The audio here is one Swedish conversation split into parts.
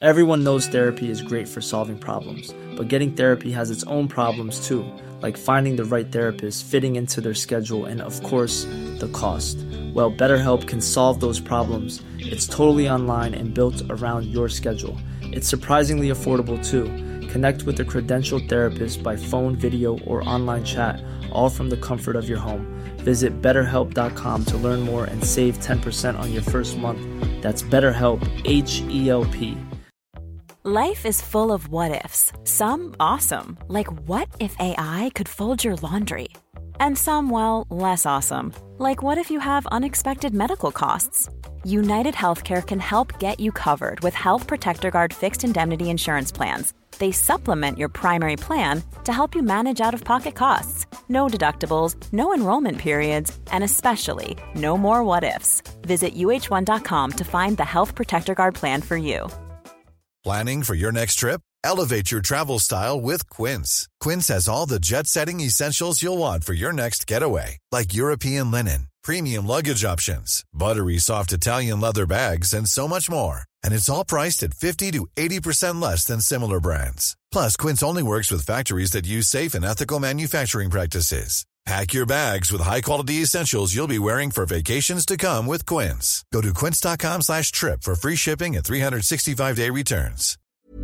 Everyone knows therapy is great for solving problems, but getting therapy has its own problems too, like finding the right therapist, fitting into their schedule, and of course, the cost. Well, BetterHelp can solve those problems. It's totally online and built around your schedule. It's surprisingly affordable too. Connect with a credentialed therapist by phone, video, or online chat, all from the comfort of your home. Visit BetterHelp.com to learn more and save 10% on your first month. That's BetterHelp, H-E-L-P. Life is full of what-ifs. Some awesome, like what if AI could fold your laundry? And some, well, less awesome, like what if you have unexpected medical costs? United Healthcare can help get you covered with Health Protector Guard fixed indemnity insurance plans. They supplement your primary plan to help you manage out-of-pocket costs. No deductibles, no enrollment periods, and especially no more what-ifs. Visit uh1.com to find the Health Protector Guard plan for you. Planning for your next trip? Elevate your travel style with Quince. Quince has all the jet-setting essentials you'll want for your next getaway, like European linen, premium luggage options, buttery soft Italian leather bags, and so much more. And it's all priced at 50 to 80% less than similar brands. Plus, Quince only works with factories that use safe and ethical manufacturing practices. Pack your bags with high-quality essentials you'll be wearing for vacations to come with Quince. Go to quince.com/trip for free shipping and 365-day returns.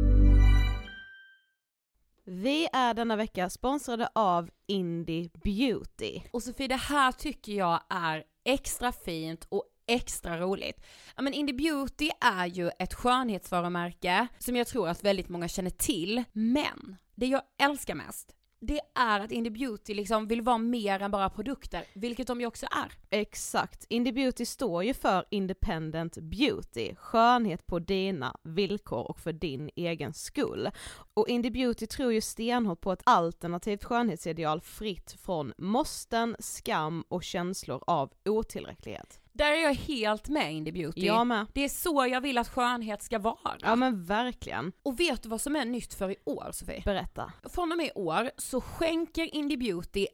Vi är denna vecka sponsrade av Indie Beauty. Och Sofie, det här tycker jag är extra fint och extra roligt. Ja, men Indie Beauty är ju ett skönhetsvarumärke som jag tror att väldigt många känner till. Men det jag älskar mest, det är att Indie Beauty liksom vill vara mer än bara produkter, vilket de ju också är. Exakt. Indie Beauty står ju för Independent Beauty. Skönhet på dina villkor och för din egen skull. Och Indie Beauty tror ju stenhårt på ett alternativt skönhetsideal fritt från måsten, skam och känslor av otillräcklighet. Där är jag helt med Indie Beauty. Jag med. Det är så jag vill att skönhet ska vara. Ja men verkligen. Och vet du vad som är nytt för i år, Sofie? Berätta. Från och med i år så skänker Indie Beauty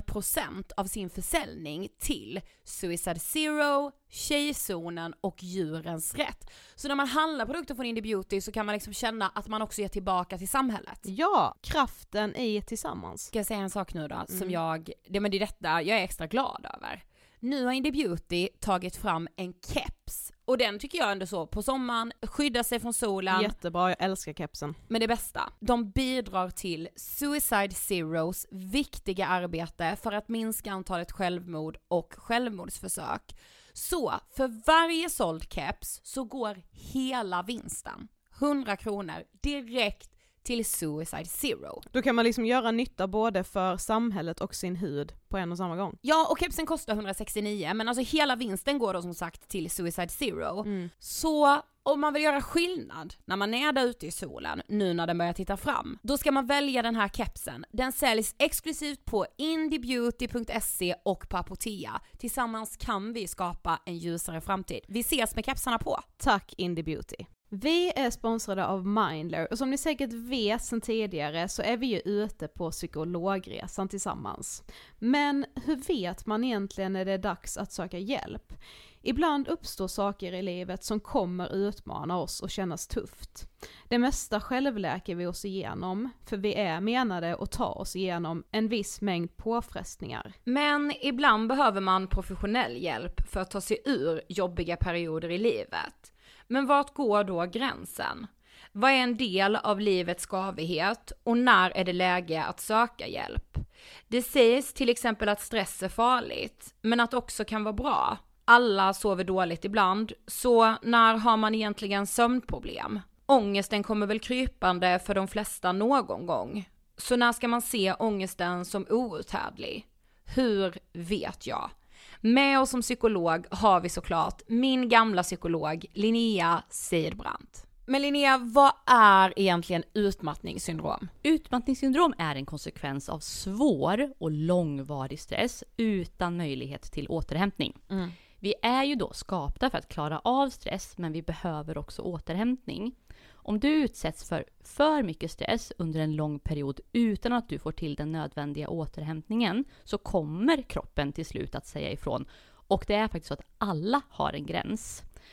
1% av sin försäljning till Suicide Zero, Tjejzonen och Djurens Rätt. Så när man handlar produkter från Indie Beauty så kan man liksom känna att man också ger tillbaka till samhället. Ja, kraften i tillsammans. Ska jag säga en sak nu då som det är detta jag är extra glad över. Nu har Indie Beauty tagit fram en keps. Och den tycker jag ändå så på sommaren, skydda sig från solen. Jättebra, jag älskar kepsen. Men det bästa, de bidrar till Suicide Zeros viktiga arbete för att minska antalet självmord och självmordsförsök. Så för varje såld keps så går hela vinsten, 100 kronor, direkt till Suicide Zero. Då kan man liksom göra nytta både för samhället och sin hud på en och samma gång. Ja, och kepsen kostar 169, men alltså hela vinsten går då som sagt till Suicide Zero. Så om man vill göra skillnad när man är där ute i solen, nu när den börjar titta fram, då ska man välja den här kepsen. Den säljs exklusivt på indiebeauty.se och på Apotea. Tillsammans kan vi skapa en ljusare framtid. Vi ses med kepsarna på. Tack Indie Beauty. Vi är sponsrade av Mindler och som ni säkert vet sedan tidigare så är vi ju ute på psykologresan tillsammans. Men hur vet man egentligen när det är dags att söka hjälp? Ibland uppstår saker i livet som kommer utmana oss och kännas tufft. Det mesta självläker vi oss igenom, för vi är menade att ta oss igenom en viss mängd påfrestningar. Men ibland behöver man professionell hjälp för att ta sig ur jobbiga perioder i livet. Men vart går då gränsen? Vad är en del av livets skavighet och när är det läge att söka hjälp? Det sägs till exempel att stress är farligt, men att också kan vara bra. Alla sover dåligt ibland, så när har man egentligen sömnproblem? Ångesten kommer väl krypande för de flesta någon gång. Så när ska man se ångesten som outhärdlig? Hur vet jag? Med oss som psykolog har vi såklart min gamla psykolog Linnea Seidbrant. Men Linnea, vad är egentligen utmattningssyndrom? Utmattningssyndrom är en konsekvens av svår och långvarig stress utan möjlighet till återhämtning. Vi är ju då skapta för att klara av stress, men vi behöver också återhämtning. Om du utsätts för mycket stress under en lång period utan att du får till den nödvändiga återhämtningen, så kommer kroppen till slut att säga ifrån. Och det är faktiskt så att alla har en gräns.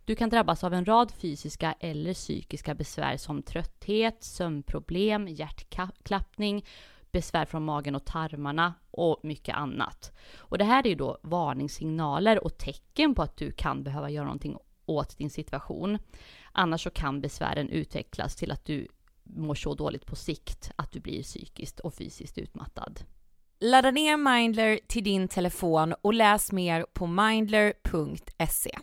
Du kan drabbas av en rad fysiska eller psykiska besvär som trötthet, sömnproblem, hjärtklappning, besvär från magen och tarmarna och mycket annat. Och det här är ju då varningssignaler och tecken på att du kan behöva göra någonting åt din situation. Annars så kan besvären utvecklas till att du mår så dåligt på sikt att du blir psykiskt och fysiskt utmattad. Ladda ner Mindler till din telefon och läs mer på mindler.se.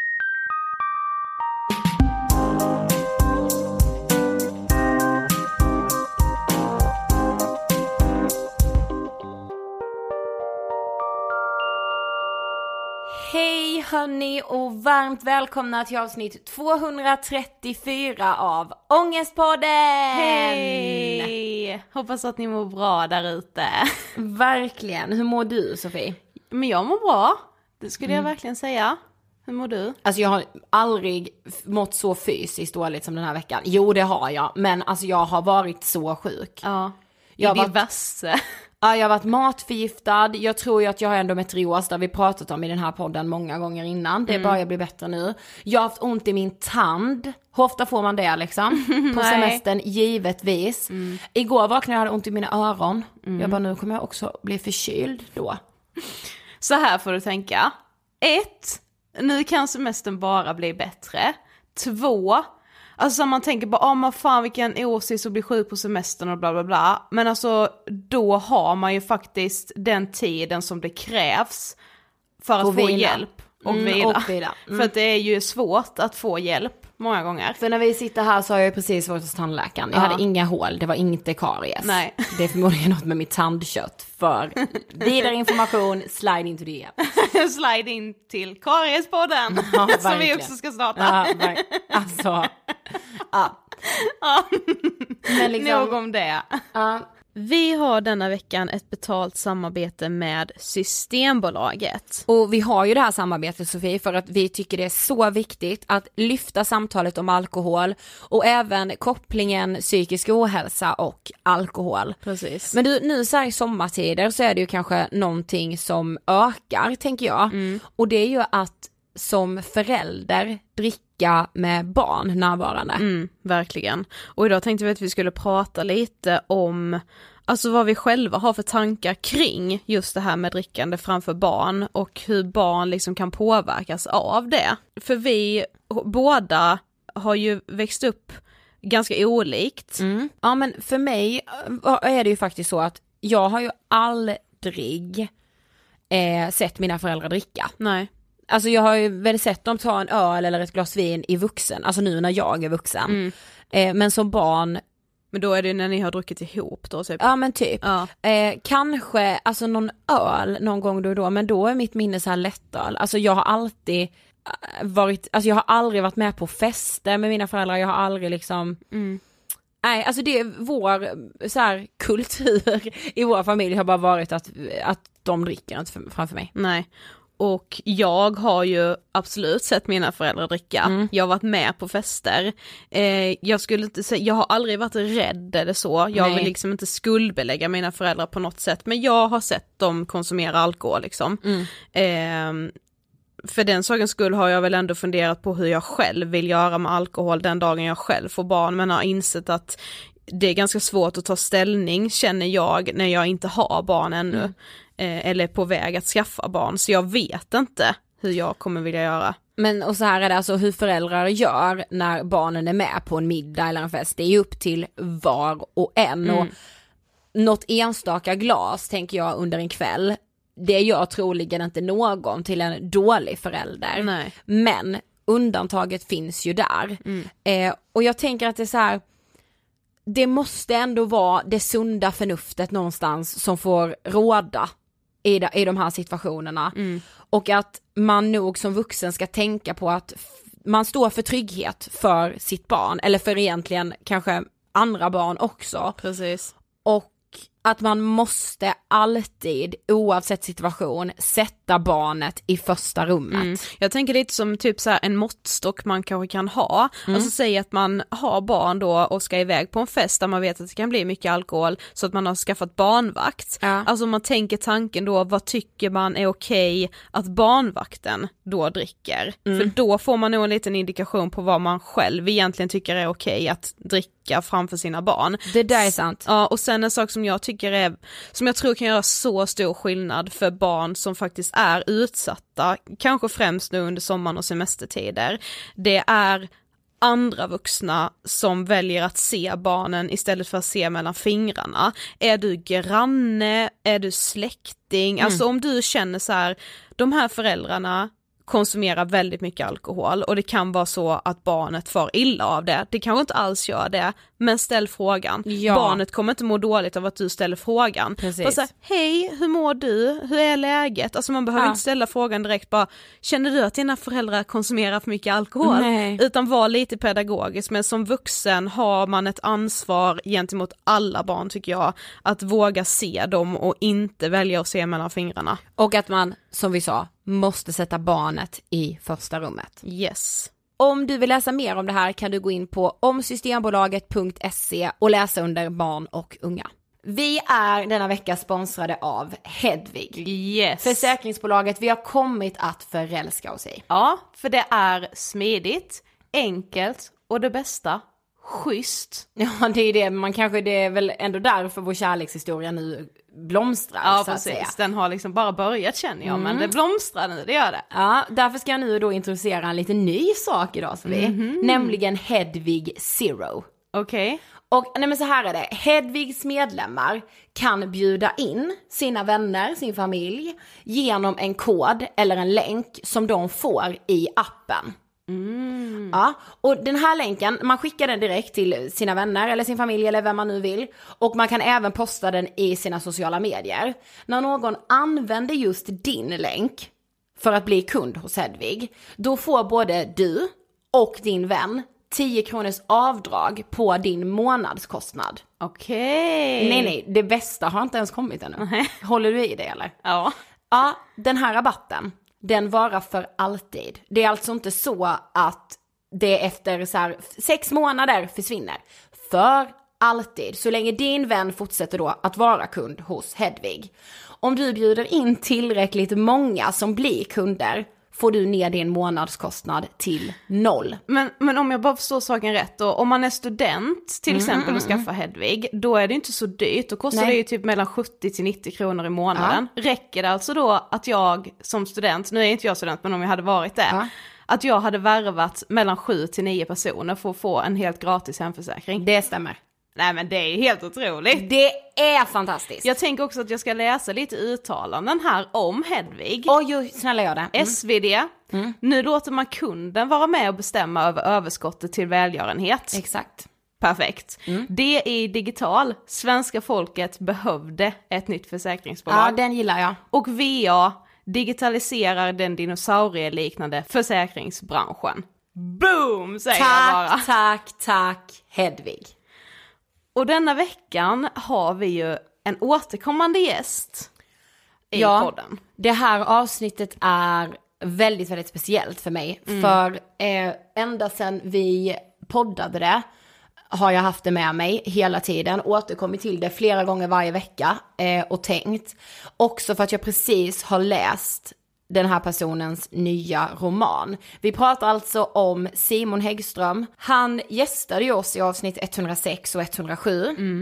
Hej hörni och varmt välkomna till avsnitt 234 av Ångestpodden! Hej! Hoppas att ni mår bra där ute. Verkligen. Hur mår du, Sofie? Men jag mår bra. Det skulle jag verkligen säga. Hur mår du? Alltså jag har aldrig mått så fysiskt dåligt som den här veckan. Jo, det har jag. Men alltså jag har varit så sjuk. Ja. Jag har diverse. Ja, jag har varit matförgiftad. Jag tror ju att jag har endometrios, där vi pratat om i den här podden många gånger innan. Det börjar bli bättre nu. Jag har haft ont i min tand. Hur ofta får man det liksom? På semestern, givetvis. Igår vaknade jag hade ont i mina öron. Jag bara, nu kommer jag också bli förkyld då. Så här får du tänka. 1. Nu kan semestern bara bli bättre. 2. Alltså man tänker bara, man fan vilken osis att bli sjuk på semestern och bla bla bla. Men alltså då har man ju faktiskt den tiden som det krävs för att få hjälp och vila. För att det är ju svårt att få hjälp många gånger. För när vi sitter här så har jag precis varit hos tandläkaren. Jag hade inga hål, det var inte karies. Nej. Det är förmodligen något med mitt tandkött. För vidare information, slide into the app. Slide in till Kariespodden. Som vi också ska starta. Ja, alltså. Men liksom, nog om det. Vi har denna veckan ett betalt samarbete med Systembolaget. Och vi har ju det här samarbetet, Sofie, för att vi tycker det är så viktigt att lyfta samtalet om alkohol och även kopplingen psykisk ohälsa och alkohol. Precis. Men du, nu så här i sommartider så är det ju kanske någonting som ökar, tänker jag. Och det är ju att som förälder dricka med barn närvarande. Verkligen. Och idag tänkte vi att vi skulle prata lite om alltså vad vi själva har för tankar kring just det här med drickande framför barn och hur barn liksom kan påverkas av det. För vi båda har ju växt upp ganska olikt. Ja, men för mig är det ju faktiskt så att jag har ju aldrig sett mina föräldrar dricka. Nej. Alltså jag har ju väl sett dem ta en öl eller ett glas vin i vuxen, alltså nu när jag är vuxen. Men som barn. Men då är det när ni har druckit ihop då typ. Ja men typ. Ja. Kanske alltså någon öl någon gång då, men då är mitt minne så här lättöl. Alltså jag har alltid jag har aldrig varit med på fester med mina föräldrar, jag har aldrig liksom nej, alltså det är vår så här kultur i vår familj har bara varit att de dricker inte framför mig. Nej. Och jag har ju absolut sett mina föräldrar dricka. Jag har varit med på fester. Jag skulle inte säga, jag har aldrig varit rädd eller så. Jag vill liksom inte skuldbelägga mina föräldrar på något sätt. Men jag har sett dem konsumera alkohol liksom. För den sakens skull har jag väl ändå funderat på hur jag själv vill göra med alkohol den dagen jag själv får barn. Men har insett att det är ganska svårt att ta ställning, känner jag, när jag inte har barn ännu. Eller på väg att skaffa barn. Så jag vet inte hur jag kommer vilja göra. Men och så här är det alltså hur föräldrar gör när barnen är med på en middag eller en fest. Det är ju upp till var och en. Och något enstaka glas tänker jag under en kväll. Det gör troligen inte någon till en dålig förälder. Nej. Men undantaget finns ju där. Och jag tänker att det är så här. Det måste ändå vara det sunda förnuftet någonstans som får råda i de här situationerna. Och att man nog som vuxen ska tänka på att man står för trygghet för sitt barn. Eller för egentligen kanske andra barn också. Precis. Och att man måste alltid, oavsett situation, sätta barnet i första rummet. Jag tänker lite som typ så här en måttstock man kanske kan ha. Alltså säg att man har barn då och ska iväg på en fest där man vet att det kan bli mycket alkohol, så att man har skaffat barnvakt. Ja. Alltså man tänker tanken då, vad tycker man är okej att barnvakten då dricker? För då får man nog en liten indikation på vad man själv egentligen tycker är okej att dricka framför sina barn. Det där är sant. Ja, och sen en sak som jag tycker är, som jag tror kan göra så stor skillnad för barn som faktiskt är utsatta, kanske främst nu under sommaren och semestertider, det är andra vuxna som väljer att se barnen istället för att se mellan fingrarna. Är du granne? Är du släkting? Alltså om du känner så här, de här föräldrarna konsumerar väldigt mycket alkohol och det kan vara så att barnet får illa av det. Det kanske inte alls gör det, men ställ frågan. Ja. Barnet kommer inte må dåligt av att du ställer frågan. Precis. Bara så här, hej, hur mår du? Hur är läget? Alltså man behöver inte ställa frågan direkt bara, känner du att dina föräldrar konsumerar för mycket alkohol? Nej. Utan var lite pedagogisk, men som vuxen har man ett ansvar gentemot alla barn tycker jag, att våga se dem och inte välja att se mellan fingrarna. Och att man, som vi sa, måste sätta barnet i första rummet. Yes. Om du vill läsa mer om det här kan du gå in på omsystembolaget.se och läsa under barn och unga. Vi är denna vecka sponsrade av Hedvig. Yes. Försäkringsbolaget vi har kommit att förälska oss i. Ja, för det är smidigt, enkelt och det bästa, schysst. Ja, det är det. Det är väl ändå därför vår kärlekshistoria nu blomstrar. Ja, så att säga. precis. Den har liksom bara börjat känner jag, men det blomstrar nu, det gör det. Ja, därför ska jag nu då introducera en lite ny sak idag, nämligen Hedvig Zero. Okej. Och nej men så här är det, Hedvigs medlemmar kan bjuda in sina vänner, sin familj genom en kod eller en länk som de får i appen. Ja, och den här länken, man skickar den direkt till sina vänner eller sin familj eller vem man nu vill, och man kan även posta den i sina sociala medier. När någon använder just din länk för att bli kund hos Hedvig, då får både du och din vän 10 kronors avdrag på din månadskostnad. Okej. Nej, det bästa har inte ens kommit ännu. Håller du i det eller? Ja. Ja, den här rabatten, den varar för alltid. Det är alltså inte så att det efter så här 6 månader försvinner. För alltid, så länge din vän fortsätter då att vara kund hos Hedvig. Om du bjuder in tillräckligt många som blir kunder, får du ner din månadskostnad till 0. Men om jag bara förstår saken rätt då, om man är student till exempel och skaffar Hedvig, då är det inte så dyrt, då kostar det ju typ mellan 70 till 90 kronor i månaden. Ja. Räcker det alltså då att jag som student, nu är inte jag student men om jag hade varit det, att jag hade värvat mellan 7 till 9 personer för att få en helt gratis hemförsäkring? Det stämmer. Nej men det är helt otroligt. Det är fantastiskt. Jag tänker också att jag ska läsa lite uttalanden här om Hedvig. Oj, snälla gör det. SvD. Nu låter man kunden vara med och bestämma över överskottet till välgörenhet. Exakt. Perfekt. Det är digital. Svenska folket behövde ett nytt försäkringsbolag. Ja, den gillar jag. Och VA digitaliserar den dinosaurieliknande försäkringsbranschen. Boom, säger jag bara. Tack, Hedvig. Och denna veckan har vi ju en återkommande gäst i podden. Det här avsnittet är väldigt, väldigt speciellt för mig. För ända sedan vi poddade det har jag haft det med mig hela tiden. Återkommit till det flera gånger varje vecka och tänkt. Också för att jag precis har läst den här personens nya roman. Vi pratar alltså om Simon Häggström. Han gästade ju oss i avsnitt 106 och 107.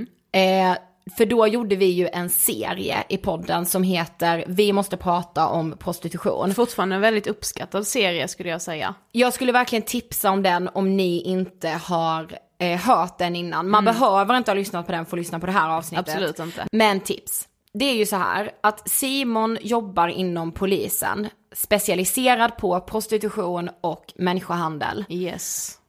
För då gjorde vi ju en serie i podden som heter Vi måste prata om prostitution. Fortfarande en väldigt uppskattad serie skulle jag säga. Jag skulle verkligen tipsa om den om ni inte har hört den innan. Man behöver inte ha lyssnat på den för att lyssna på det här avsnittet. Absolut inte. Men tips. Det är ju så här att Simon jobbar inom polisen, specialiserad på prostitution och människohandel. Yes.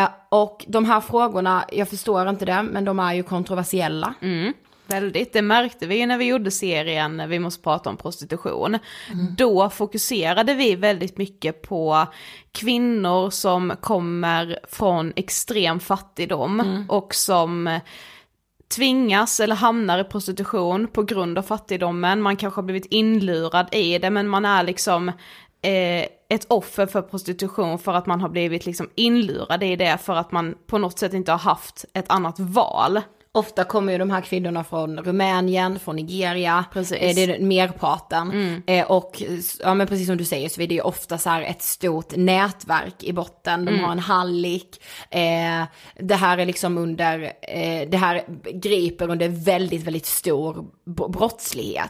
Och de här frågorna, jag förstår inte det, men de är ju kontroversiella. Väldigt, det märkte vi när vi gjorde serien Vi måste prata om prostitution. Då fokuserade vi väldigt mycket på kvinnor som kommer från extrem fattigdom och som tvingas eller hamnar i prostitution på grund av fattigdomen. Man kanske har blivit inlurad i det, men man är liksom ett offer för prostitution för att man har blivit liksom inlurad i det för att man på något sätt inte har haft ett annat val. Ofta kommer ju de här kvinnorna från Rumänien, från Nigeria. Precis. Det är merparten. Och ja, men precis som du säger så är det ju ofta så här ett stort nätverk i botten. De har en hallick. Det här är liksom under, det här griper under väldigt, väldigt stor brottslighet.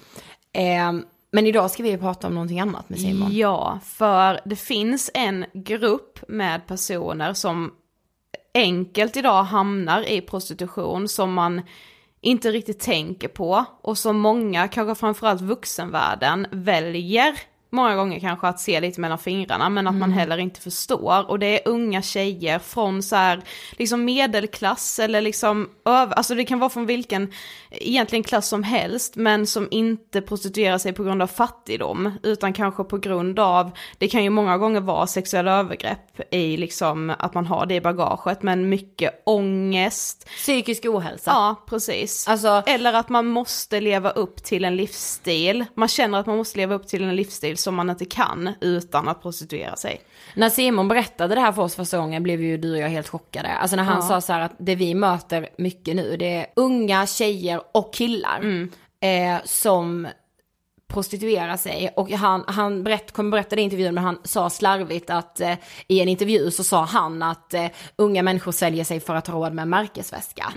Men idag ska vi prata om någonting annat med Simon. Ja, för det finns en grupp med personer som enkelt idag hamnar i prostitution som man inte riktigt tänker på och som många, kanske framförallt vuxenvärlden, väljer många gånger kanske att se lite mellan fingrarna, men att man heller inte förstår. Och det är unga tjejer från så här liksom medelklass eller liksom alltså det kan vara från vilken egentligen klass som helst, men som inte prostituerar sig på grund av fattigdom utan kanske på grund av, det kan ju många gånger vara sexuella övergrepp i liksom att man har det i bagaget, men mycket ångest, Psykisk ohälsa. ja, precis. Alltså, Eller att man måste leva upp till en livsstil. Man känner att man måste leva upp till en livsstil som man inte kan utan att prostituera sig. när Simon berättade det här för oss första gången blev ju du och jag helt chockade. Alltså när han sa så här att det vi möter mycket nu, det är unga tjejer och killar som prostituerar sig. Och han kommer berätta det i intervjun, men han sa slarvigt att i en intervju så sa han att unga människor säljer sig för att ha råd med en märkesväska.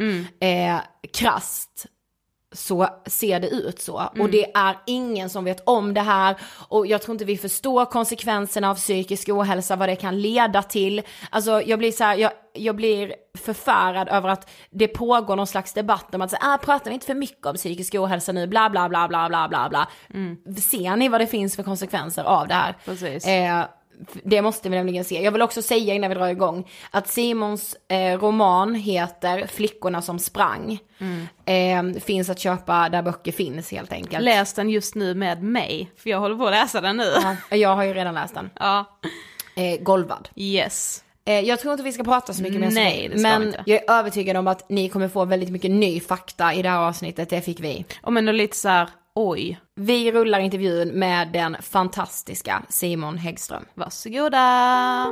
Krasst så ser det ut så. Och det är ingen som vet om det här. Och jag tror inte vi förstår konsekvenserna av psykisk ohälsa, vad det kan leda till. Alltså jag blir så här, jag blir förfärad över att det pågår någon slags debatt om att pratar vi inte för mycket om psykisk ohälsa nu, bla bla bla bla bla bla bla. Ser ni vad det finns för konsekvenser av det här? Precis. Det måste vi nämligen se. Jag vill också säga innan vi drar igång att Simons roman heter Flickorna som sprang. Finns att köpa där böcker finns helt enkelt. Läs den just nu med mig, för jag håller på att läsa den nu. Ja, jag har ju redan läst den. Ja. Golvad. Yes. Jag tror inte vi ska prata så mycket mer. Nej, det ska men vi inte. jag är övertygad om att ni kommer få väldigt mycket ny fakta i det här avsnittet. Det fick vi. Och men då lite så här, oj. Vi rullar intervjun med den fantastiska Simon Häggström. Varsågoda.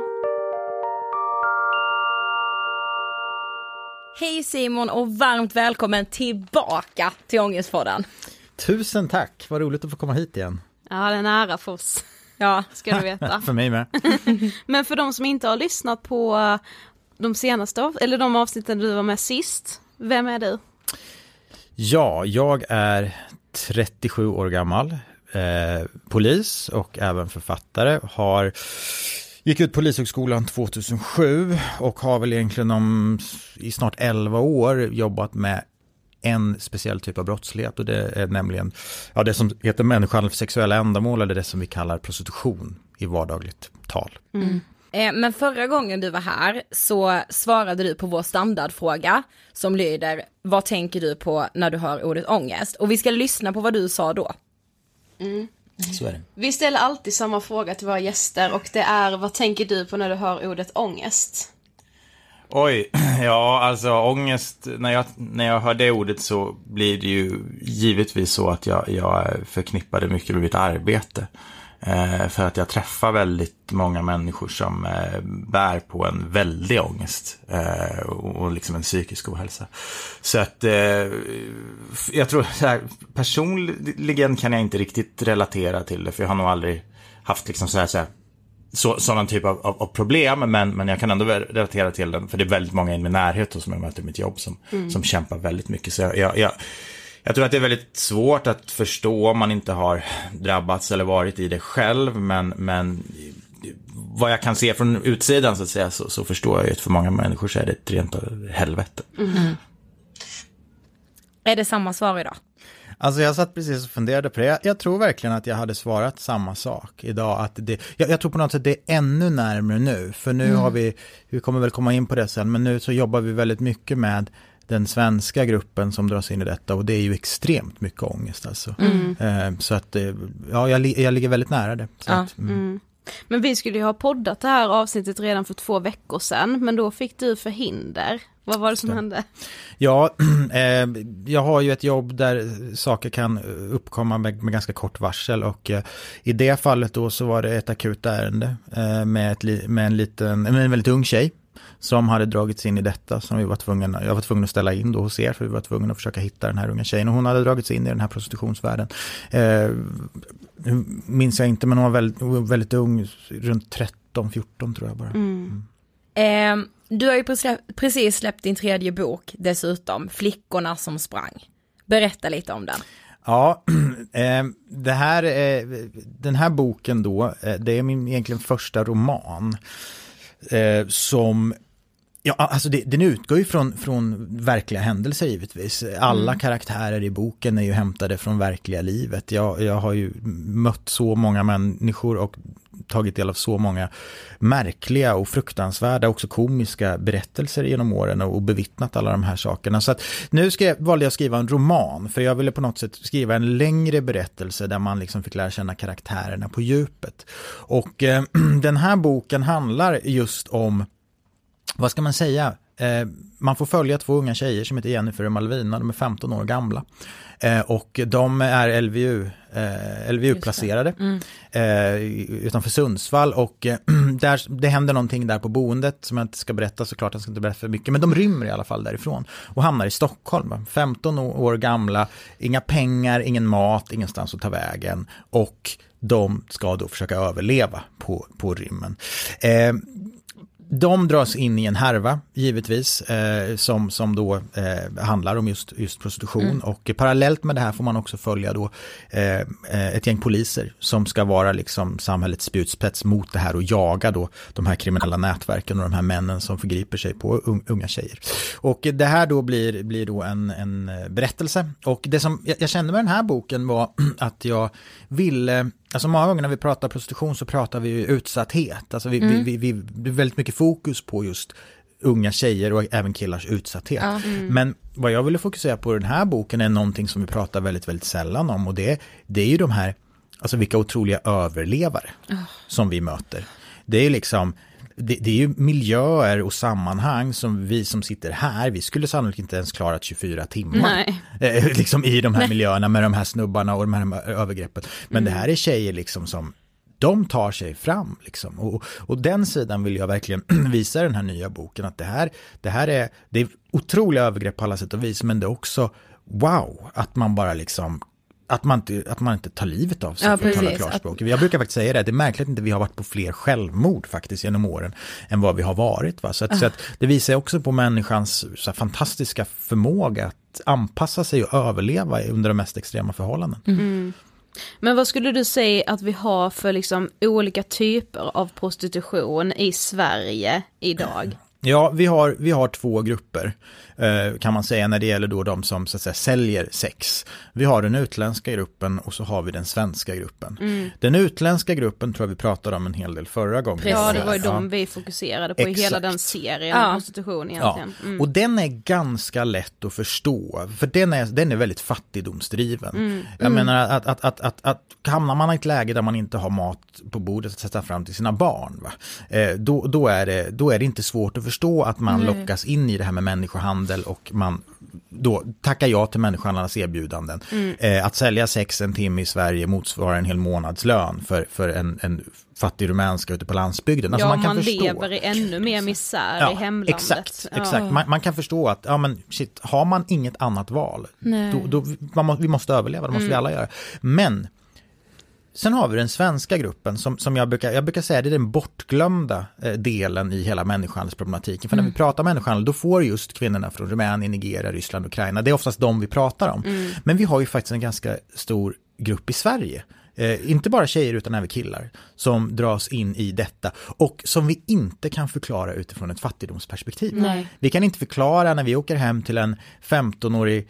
Hej Simon och varmt välkommen tillbaka till Ångestpodden. Tusen tack, vad roligt att få komma hit igen. Ja, det är en ära för oss. Ja, Ska du veta. För mig med. Men för de som inte har lyssnat på de senaste, eller de avsnitten du var med sist, vem är du? Ja, jag är 37 år gammal, polis och även författare. Gick ut Polishögskolan 2007 och har väl egentligen i snart 11 år jobbat med en speciell typ av brottslighet, och det är nämligen det som heter människohandel för sexuella ändamål, eller det som vi kallar prostitution i vardagligt tal. Men förra gången du var här så svarade du på vår standardfråga som lyder: vad tänker du på när du hör ordet ångest? Och vi ska lyssna på vad du sa då. Så är det. Vi ställer alltid samma fråga till våra gäster, och det är: vad tänker du på när du hör ordet ångest? Oj, ja alltså ångest, när jag hör det ordet så blir det ju givetvis så att jag förknippar det mycket med mitt arbete. För att jag träffar väldigt många människor som bär på en väldig ångest och liksom en psykisk ohälsa. Så att jag tror så här, personligen kan jag inte riktigt relatera till det, för jag har nog aldrig haft liksom sådana typ av problem, men jag kan ändå relatera till den, för det är väldigt många i min närhet som jag möter i mitt jobb som kämpar väldigt mycket. Så jag tror att det är väldigt svårt att förstå om man inte har drabbats eller varit i det själv, men vad jag kan se från utsidan så att säga, så förstår jag ju att för många människor så är det ett rent helvete. Är det samma svar idag? Alltså jag satt precis och funderade på det. Jag tror verkligen att jag hade svarat samma sak idag. Att jag tror på något sätt det är ännu närmare nu. För nu har vi kommer väl komma in på det sen, men nu så jobbar vi väldigt mycket med den svenska gruppen som dras in i detta, och det är ju extremt mycket ångest alltså. Så att jag ligger väldigt nära det. Så att, Men vi skulle ju ha poddat det här avsnittet redan för 2 veckor sedan, men då fick du förhinder. Vad var det som hände? Ja, jag har ju ett jobb där saker kan uppkomma med ganska kort varsel, och i det fallet då så var det ett akut ärende med en väldigt ung tjej som hade dragits in i detta, som jag var tvungen att ställa in då hos er, för vi var tvungna att försöka hitta den här unga tjejen, och hon hade dragits in i den här prostitutionsvärlden. Minns jag inte, men hon var väldigt ung, runt 13-14 tror jag bara. Du har ju precis släppt din 3:e bok dessutom, Flickorna som sprang. Berätta lite om den. Ja, den här boken då, det är min egentligen första roman som... Ja, alltså den utgår ju från verkliga händelser givetvis. Alla karaktärer i boken är ju hämtade från verkliga livet. Jag har ju mött så många människor och tagit del av så många märkliga och fruktansvärda, också komiska berättelser genom åren och bevittnat alla de här sakerna. Så att nu valde jag att skriva en roman, för jag ville på något sätt skriva en längre berättelse där man liksom fick lära känna karaktärerna på djupet. Och den här boken handlar just om, vad ska man säga? Man får följa 2 unga tjejer som heter Jennifer och Malvina. De är 15 år gamla. Och de är LVU-placerade utanför Sundsvall. Och det händer någonting där på boendet som jag inte ska berätta, såklart. Jag ska inte berätta för mycket. Men de rymmer i alla fall därifrån och hamnar i Stockholm. 15 år gamla, inga pengar, ingen mat, ingenstans att ta vägen. Och de ska då försöka överleva på rymmen. De dras in i en härva, givetvis, som då handlar om just prostitution. Och parallellt med det här får man också följa då ett gäng poliser som ska vara liksom samhällets spjutspets mot det här och jaga då de här kriminella nätverken och de här männen som förgriper sig på unga tjejer. Och det här då blir då en berättelse. Och det som jag kände med den här boken var att jag ville... Alltså många gånger när vi pratar prostitution så pratar vi ju utsatthet. Alltså vi är väldigt mycket fokus på just unga tjejer och även killars utsatthet. Men vad jag ville fokusera på i den här boken är någonting som vi pratar väldigt, väldigt sällan om. Och det är ju de här, alltså vilka otroliga överlevare som vi möter. Det är liksom... Det är ju miljöer och sammanhang som vi som sitter här, vi skulle sannolikt inte ens klara 24 timmar liksom i de här miljöerna med de här snubbarna och de här övergreppen. Men det här är tjejer liksom som de tar sig fram liksom. Och den sidan vill jag verkligen visa i den här nya boken, att det är otroliga övergrepp på alla sätt och vis, men det är också wow, att man bara liksom att man inte tar livet av sig, för att tala klarspråk. Jag brukar faktiskt säga det är märkligt att inte vi har varit på fler självmord faktiskt genom åren än vad vi har varit. Va? Så att det visar också på människans så fantastiska förmåga att anpassa sig och överleva under de mest extrema förhållanden. Men vad skulle du säga att vi har för liksom olika typer av prostitution i Sverige idag? Ja, vi har 2 grupper kan man säga när det gäller då de som så att säga säljer sex. Vi har den utländska gruppen och så har vi den svenska gruppen. Den utländska gruppen tror jag vi pratade om en hel del förra gången. Ja, det var ju de vi fokuserade på i hela den serien prostitution egentligen. Och den är ganska lätt att förstå, för den är väldigt fattigdomsdriven. Jag menar att hamnar man i ett läge där man inte har mat på bordet att sätta fram till sina barn, va? Då är det inte svårt att förstå att man lockas in i det här med människohandel och man då tackar ja till människohandlarnas erbjudanden. Att sälja sex en timme i Sverige motsvarar en hel månadslön för en fattig rumänska ute på landsbygden. Alltså man lever i ännu mer misär i hemlandet. Exakt. Man kan förstå att har man inget annat val, vi måste överleva, det måste vi alla göra. Men sen har vi den svenska gruppen som jag brukar säga det är den bortglömda delen i hela människohandelsproblematiken. För när vi pratar människohandel då får just kvinnorna från Rumänien, Nigeria, Ryssland och Ukraina, det är oftast de vi pratar om. Men vi har ju faktiskt en ganska stor grupp i Sverige. Inte bara tjejer utan även killar som dras in i detta och som vi inte kan förklara utifrån ett fattigdomsperspektiv. Nej. Vi kan inte förklara när vi åker hem till en 15-årig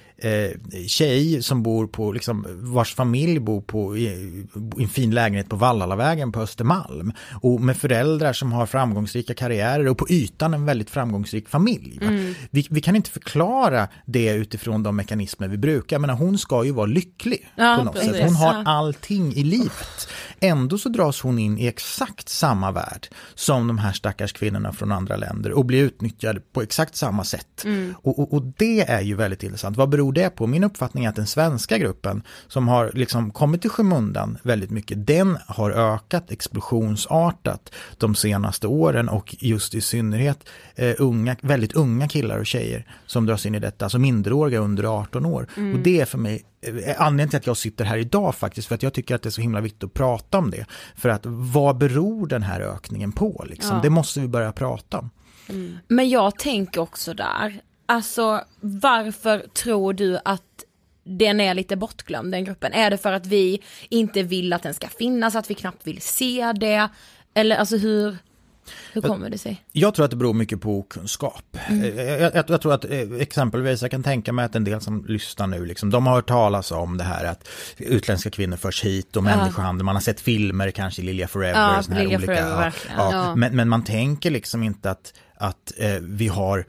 tjej som bor på, liksom, vars familj bor i en fin lägenhet på Vallalavägen på Östermalm och med föräldrar som har framgångsrika karriärer och på ytan en väldigt framgångsrik familj. Vi kan inte förklara det utifrån de mekanismer vi brukar, men hon ska ju vara lycklig på något sätt. Hon har allting i livet. Ändå så dras hon in i exakt samma värld som de här stackars kvinnorna från andra länder och blir utnyttjade på exakt samma sätt. Och det är ju väldigt intressant. Vad beror det på? Min uppfattning är att den svenska gruppen som har liksom kommit till skymundan väldigt mycket, den har ökat explosionsartat de senaste åren, och just i synnerhet väldigt unga killar och tjejer som dras in i detta, alltså minderåriga under 18 år. Och det är för mig anledningen till att jag sitter här idag faktiskt, för att jag tycker att det är så himla viktigt att prata om det. För att vad beror den här ökningen på? Liksom? Ja. Det måste vi börja prata om. Men jag tänker också där, alltså varför tror du att den är lite bortglömd, den gruppen? Är det för att vi inte vill att den ska finnas, att vi knappt vill se det? Eller alltså hur kommer det sig? Jag tror att det beror mycket på okunskap. Jag tror att exempelvis, jag kan tänka mig att en del som lyssnar nu, liksom, de har hört talas om det här att utländska kvinnor förs hit och människohandel. Man har sett filmer, kanske Lilja Forever. Lilja Forever, men man tänker liksom inte att vi har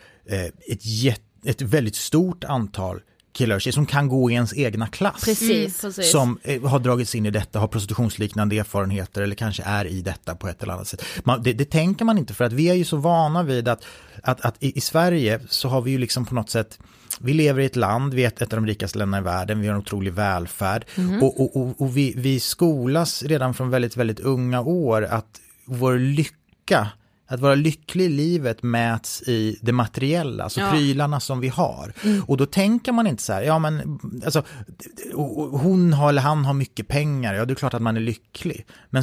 ett väldigt stort antal killar som kan gå i ens egna klass. Precis. Som har dragits in i detta, har prostitutionsliknande erfarenheter eller kanske är i detta på ett eller annat sätt. Det tänker man inte, för att vi är ju så vana vid att i Sverige så har vi ju liksom på något sätt, vi lever i ett land, vi är ett av de rikaste länderna i världen, vi har en otrolig välfärd och vi skolas redan från väldigt, väldigt unga år att vår lycka, att vara lycklig i livet mäts i det materiella, alltså prylarna som vi har. Och då tänker man inte så här, ja men alltså, hon har eller han har mycket pengar, ja det är klart att man är lycklig. Men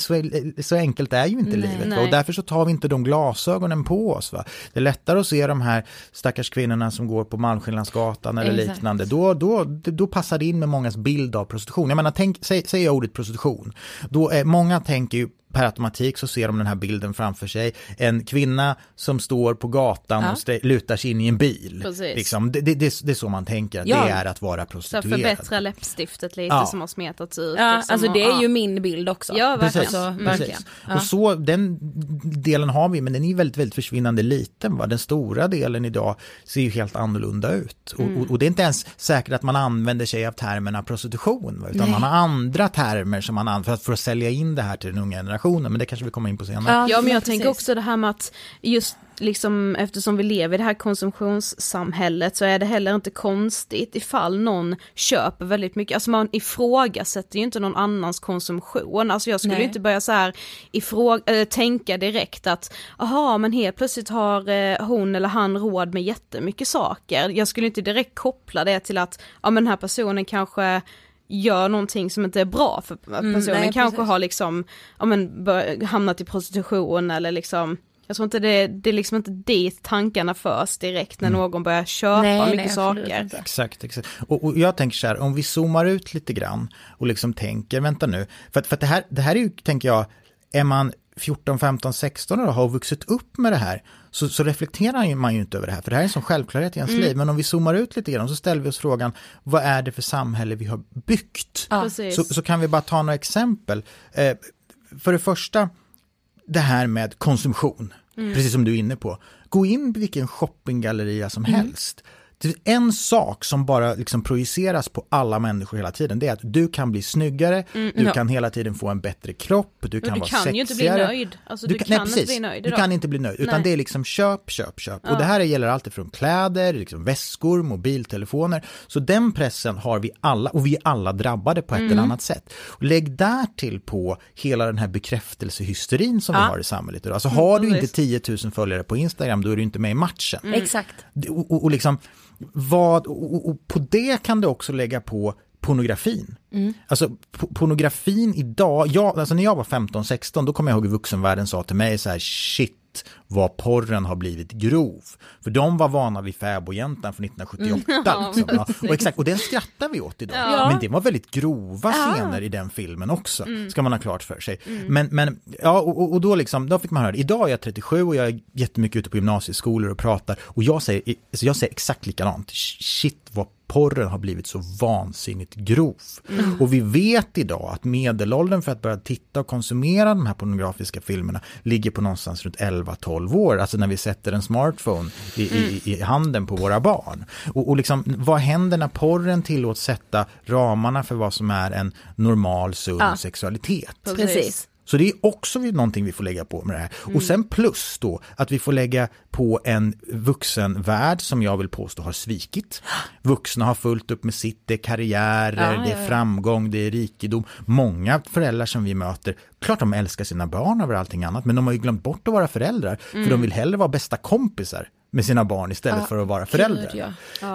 så enkelt är ju inte livet. Va? Och därför så tar vi inte de glasögonen på oss. Va? Det är lättare att se de här stackars kvinnorna som går på Malmskillnadsgatan eller liknande. Då passar det in med mångas bild av prostitution. Jag menar, säger jag ordet prostitution, då är många tänker ju per automatik, så ser de den här bilden framför sig. En kvinna som står på gatan och lutar sig in i en bil. Liksom, det är så man tänker att det är att vara prostituerad. Så förbättra läppstiftet lite som har smetats ut. Ja, liksom, alltså det är ju min bild också. Ja, verkligen. Precis. Och så, den delen har vi, men den är väldigt, väldigt försvinnande liten. Va? Den stora delen idag ser ju helt annorlunda ut. Och det är inte ens säkert att man använder sig av termerna prostitution. Va? Utan man har andra termer som man använder för att sälja in det här till den unga generationen. Men det kanske vi kommer in på senare. Ja, men jag tänker också det här med att just liksom, eftersom vi lever i det här konsumtionssamhället, så är det heller inte konstigt ifall någon köper väldigt mycket. Alltså man ifrågasätter ju inte någon annans konsumtion. Alltså jag skulle inte börja så här tänka direkt att men helt plötsligt har hon eller han råd med jättemycket saker. Jag skulle inte direkt koppla det till att men den här personen kanske gör någonting som inte är bra för personen. Kanske har liksom hamnat i prostitution eller liksom, jag tror inte det är liksom inte dit tankarna förs direkt när någon börjar köpa mycket saker. Exakt. Och jag tänker så här, om vi zoomar ut lite grann och liksom tänker, vänta nu, för att det här är ju, tänker jag, är man 14, 15, 16 år och har vuxit upp med det här, så reflekterar man ju inte över det här, för det här är en sån självklarhet i ens liv. Men om vi zoomar ut lite grann så ställer vi oss frågan, vad är det för samhälle vi har byggt? Så kan vi bara ta några exempel. För det första, det här med konsumtion, precis som du är inne på. Gå in på vilken shoppinggalleria som helst. En sak som bara liksom projiceras på alla människor hela tiden, det är att du kan bli snyggare, du kan hela tiden få en bättre kropp, du kan vara sexigare. Ju inte bli nöjd. Alltså, du kan inte bli nöjd idag. Du kan inte bli nöjd, utan det är liksom köp. Och det här gäller alltid från kläder, liksom väskor, mobiltelefoner. Så den pressen har vi alla, och vi är alla drabbade på ett eller annat sätt. Och lägg där till på hela den här bekräftelsehysterin som vi har i samhället idag. Alltså har du inte 10 000 följare på Instagram, då är du inte med i matchen. Exakt. Och liksom och på det kan du också lägga på pornografin. Alltså pornografin idag, alltså när jag var 15-16, då kommer jag ihåg hur vuxenvärlden sa till mig så här, shit vad porren har blivit grov. För de var vana vid Fäbodjäntan från 1978. Liksom. Och exakt, och den skrattar vi åt idag. Men det var väldigt grova scener i den filmen också, ska man ha klart för sig. Men och då liksom, då fick man höra det. Idag är jag 37 och jag är jättemycket ute på gymnasieskolor och pratar. Och jag säger exakt likadant. Shit vad porren har blivit så vansinnigt grov. Och vi vet idag att medelåldern för att börja titta och konsumera de här pornografiska filmerna ligger på någonstans runt 11-12 år. Alltså när vi sätter en smartphone i handen på våra barn. Och liksom, vad händer när porren tillåts sätta ramarna för vad som är en normal, sund sexualitet? Precis. Så det är också någonting vi får lägga på med det här. Och sen plus då att vi får lägga på en vuxenvärld som jag vill påstå har svikit. Vuxna har fullt upp med sitt, det är karriärer, det är framgång, det är rikedom. Många föräldrar som vi möter, klart de älskar sina barn över allting annat, men de har ju glömt bort att vara föräldrar. För de vill hellre vara bästa kompisar med sina barn istället för att vara föräldrar.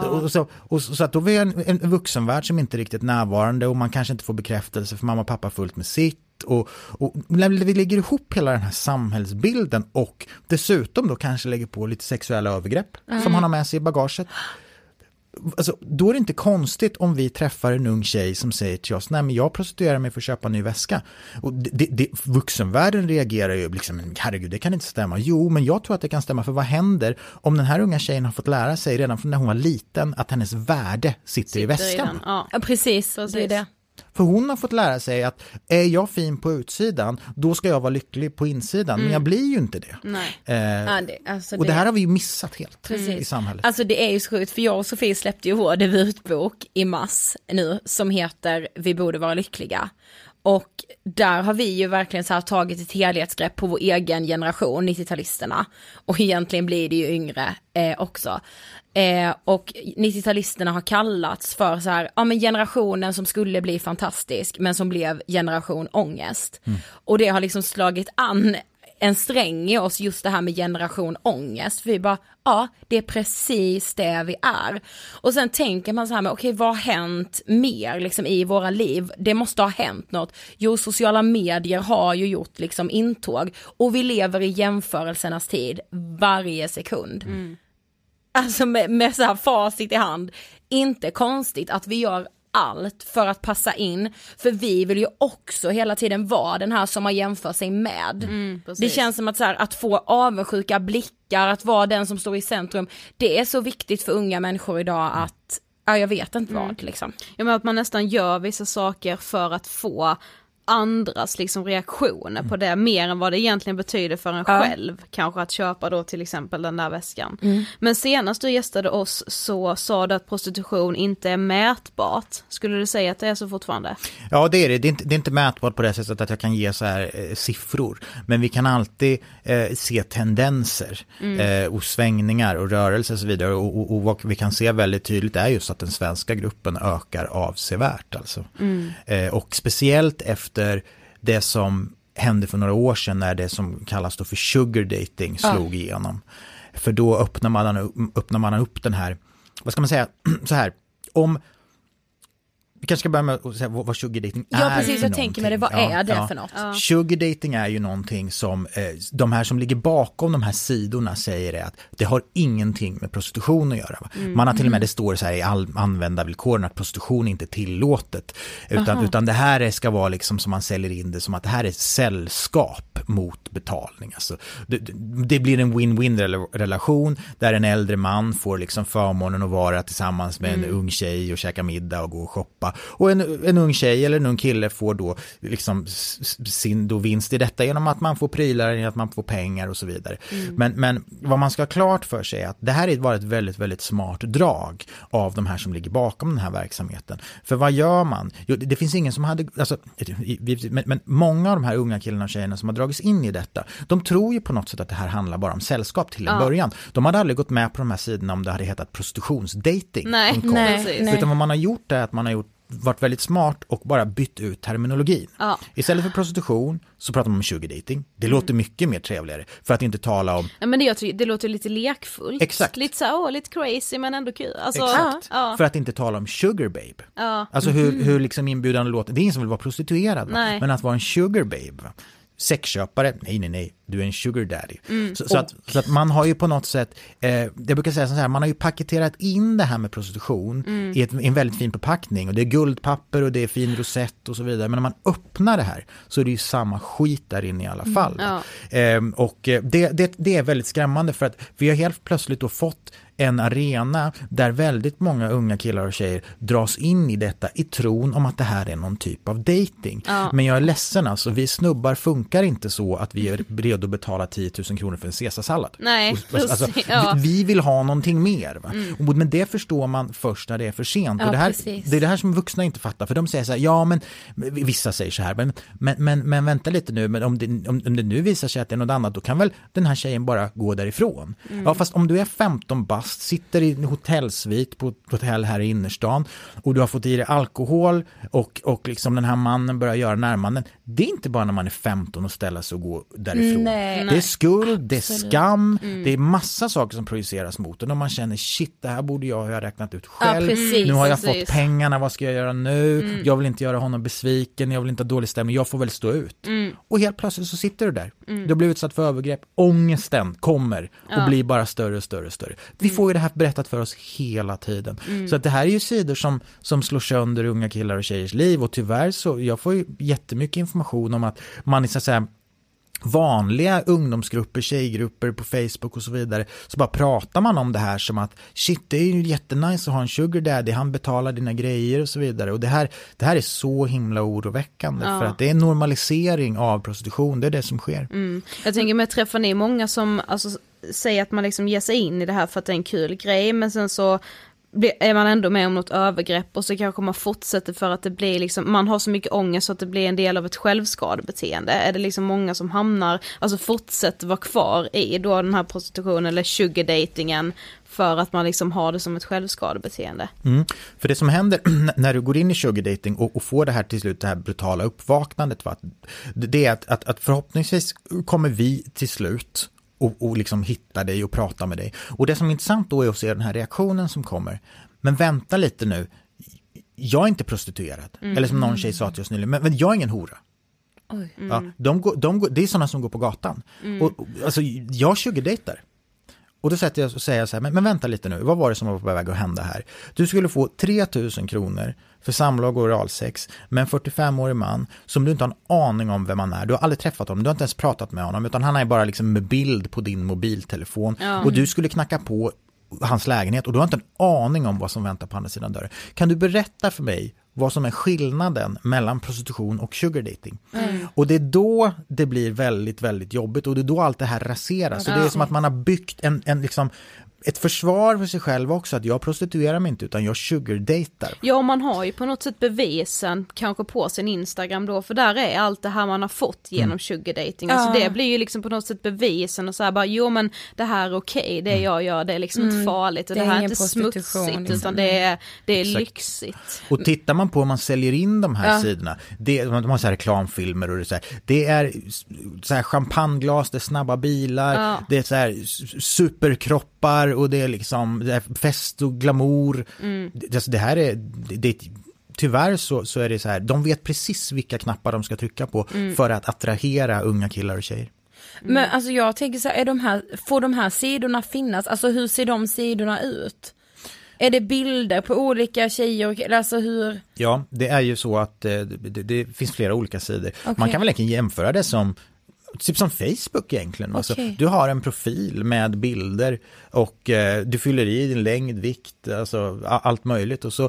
Så att då är en vuxenvärld som inte är riktigt närvarande och man kanske inte får bekräftelse för mamma och pappa fullt med sitt. Och när vi lägger ihop hela den här samhällsbilden och dessutom då kanske lägger på lite sexuella övergrepp som han har med sig i bagaget. Alltså, då är det inte konstigt om vi träffar en ung tjej som säger till oss, nej men jag prostituerar mig för att köpa en ny väska. Och vuxenvärlden reagerar ju liksom, herregud det kan inte stämma. Jo, men jag tror att det kan stämma, för vad händer om den här unga tjejen har fått lära sig redan från när hon var liten att hennes värde sitter i väskan? Ja, precis. Det är det. För hon har fått lära sig att är jag fin på utsidan, då ska jag vara lycklig på insidan. Men jag blir ju inte det. Och det här har vi ju missat helt i samhället. Alltså det är ju så sjukt, för jag och Sofie släppte ju vår debutbok i mars nu som heter Vi borde vara lyckliga. Och där har vi ju verkligen så här tagit ett helhetsgrepp på vår egen generation, 90-talisterna. Och egentligen blir det ju yngre också. Och 90-talisterna har kallats för så här, ja men generationen som skulle bli fantastisk men som blev generation ångest. Och det har liksom slagit an en sträng i oss, just det här med generation ångest. För vi bara, ja, det är precis det vi är. Och sen tänker man så här med, okej, vad har hänt mer liksom i våra liv? Det måste ha hänt något. Jo, sociala medier har ju gjort liksom intåg. Och vi lever i jämförelsernas tid varje sekund. Alltså med så här facit i hand. Inte konstigt att vi gör allt för att passa in, för vi vill ju också hela tiden vara den här som man jämför sig med. Det känns som att, så här, att få avundsjuka blickar, att vara den som står i centrum, det är så viktigt för unga människor idag att, ja, jag vet inte vad liksom. Ja, men att man nästan gör vissa saker för att få andras liksom reaktioner på det, mer än vad det egentligen betyder för en själv, kanske att köpa då till exempel den där väskan. Men senast du gästade oss så sa du att prostitution inte är mätbart. Skulle du säga att det är så fortfarande? Ja, det är det. Det är inte mätbart på det sättet att jag kan ge så här siffror, men vi kan alltid se tendenser och svängningar och rörelser och så vidare, och vad vi kan se väldigt tydligt är just att den svenska gruppen ökar avsevärt alltså. Och speciellt efter det som hände för några år sedan, när det som kallas då för sugar dating slog igenom. För då öppnar man upp den här, vad ska man säga, så här, om vi kanske ska börja med att säga vad sugar dating är. Ja, precis, jag tänker med det, vad är det för något? Sugar dating är ju någonting som de här som ligger bakom de här sidorna säger är att det har ingenting med prostitution att göra. Man har till och med, det står så här i användarvillkoren att prostitution inte är tillåtet. Utan det här ska vara liksom som man säljer in det som att det här är sällskap mot betalning. Alltså, det blir en win-win-relation där en äldre man får liksom förmånen att vara tillsammans med en ung tjej och käka middag och gå och shoppa. Och en ung tjej eller en ung kille får då liksom sin då vinst i detta genom att man får prylar, genom att man får pengar och så vidare. Men vad man ska ha klart för sig är att det här var ett väldigt, väldigt smart drag av de här som ligger bakom den här verksamheten. För vad gör man? Jo, det finns ingen som hade, alltså, men många av de här unga killarna och tjejerna som har dragits in i detta, de tror ju på något sätt att det här handlar bara om sällskap till en början. De hade aldrig gått med på de här sidorna om det hade hetat prostitutionsdating. Nej. Utan vad man har gjort är att man har varit väldigt smart och bara bytt ut terminologin. Istället för prostitution så pratar man om sugar dating. Det låter mycket mer trevligare, för att inte tala om... Ja, men det låter lite lekfullt. Exakt. Lite så, lite crazy men ändå kul. Alltså, exakt. För att inte tala om sugar babe. Alltså hur liksom inbjudande låter. Det är ingen som vill vara prostituerad. Men att vara en sugar babe. Sexköpare, nej, du är en sugar daddy. Så att man har ju på något sätt, jag brukar säga så här, man har ju paketerat in det här med prostitution i en väldigt fin förpackning, och det är guldpapper och det är fin rosett och så vidare, men när man öppnar det här så är det ju samma skit där inne i alla fall. Och det är väldigt skrämmande, för att vi har helt plötsligt då fått en arena där väldigt många unga killar och tjejer dras in i detta i tron om att det här är någon typ av dating. Men jag är ledsen, alltså, vi snubbar funkar inte så att vi är redo att betala 10 000 kronor för en caesarsallad. Nej, alltså, vi vill ha någonting mer. Va? Men det förstår man först när det är för sent. Och det är det här som vuxna inte fattar, för de säger så här, ja men vissa säger så här, men vänta lite nu, men om det nu visar sig att det är något annat, då kan väl den här tjejen bara gå därifrån. Ja, fast om du är 15 bast, sitter i en hotellsvit på ett hotell här i innerstan och du har fått i dig alkohol och liksom den här mannen börjar göra närmanden, det är inte bara när man är 15 och ställa sig och gå därifrån. Nej. Det är skuld, det är skam, det är massa saker som projiceras mot en och man känner, shit, det här borde jag ha räknat ut själv. Nu har jag fått pengarna, vad ska jag göra nu? Jag vill inte göra honom besviken, jag vill inte ha dålig stämning, jag får väl stå ut. Och helt plötsligt så sitter du där. Du har blivit utsatt för övergrepp, ångesten kommer och blir bara större och större och större. Vi får ju det här berättat för oss hela tiden. Så att det här är ju sidor som slår sönder unga killar och tjejers liv, och tyvärr så jag får ju jättemycket information om att man är så att säga vanliga ungdomsgrupper, tjejgrupper på Facebook och så vidare, så bara pratar man om det här som att shit, det är ju jättenice att ha en sugar daddy, han betalar dina grejer och så vidare, och det här är så himla oroväckande för att det är en normalisering av prostitution, det är det som sker. Jag tänker mig, träffar ni många som alltså, säger att man liksom ger sig in i det här för att det är en kul grej, men sen så är man ändå med om något övergrepp och så kanske man fortsätter för att det blir liksom, man har så mycket ångest så att det blir en del av ett självskadebeteende. Är det liksom många som hamnar, alltså fortsätter vara kvar i då den här prostitutionen eller sugardatingen för att man liksom har det som ett självskadebeteende? För det som händer när du går in i sugardating och får det här till slut, det här brutala uppvaknandet, va? Det är att förhoppningsvis kommer vi till slut och liksom hitta dig och prata med dig. Och det som är intressant då är att se den här reaktionen som kommer. Men vänta lite nu. Jag är inte prostituerad. Eller som någon tjej sa till oss nyligen. Men jag är ingen hora. Ja, det är sådana som går på gatan. Och, alltså, jag sugardatar. Och då sätter jag och säger så här, men vänta lite nu. Vad var det som var på väg att hända här? Du skulle få 3 000 kronor för samlag och oralsex med en 45-årig man som du inte har en aning om vem han är. Du har aldrig träffat honom, du har inte ens pratat med honom, utan han är bara liksom med bild på din mobiltelefon. Och du skulle knacka på hans lägenhet och du har inte en aning om vad som väntar på andra sidan dörren. Kan du berätta för mig vad som är skillnaden mellan prostitution och sugardating? Och det är då det blir väldigt, väldigt jobbigt, och det är då allt det här raseras. Så det är som att man har byggt en liksom ett försvar för sig själv också, att jag prostituerar mig inte utan jag sugardatar. Ja, och man har ju på något sätt bevisen kanske på sin Instagram då, för där är allt det här man har fått genom sugardating. Alltså det blir ju liksom på något sätt bevisen och så här bara, jo men det här är okej, det jag gör, det är liksom inte farligt och det här är inte smutsigt liksom. Utan det är lyxigt. Och tittar man på om man säljer in de här sidorna, de har så här reklamfilmer och det är så här champagneglas, det är snabba bilar, det är så här superkroppar och det är liksom det är fest och glamour. Det här är tyvärr så är det så här, de vet precis vilka knappar de ska trycka på för att attrahera unga killar och tjejer. Men alltså jag tänker så här, får de här sidorna finnas? Alltså hur ser de sidorna ut? Är det bilder på olika tjejer? Alltså hur? Ja, det är ju så att det finns flera olika sidor. Okay. Man kan väl egentligen jämföra det som typ som Facebook egentligen. Alltså, du har en profil med bilder och du fyller i din längd, vikt, alltså allt möjligt, och så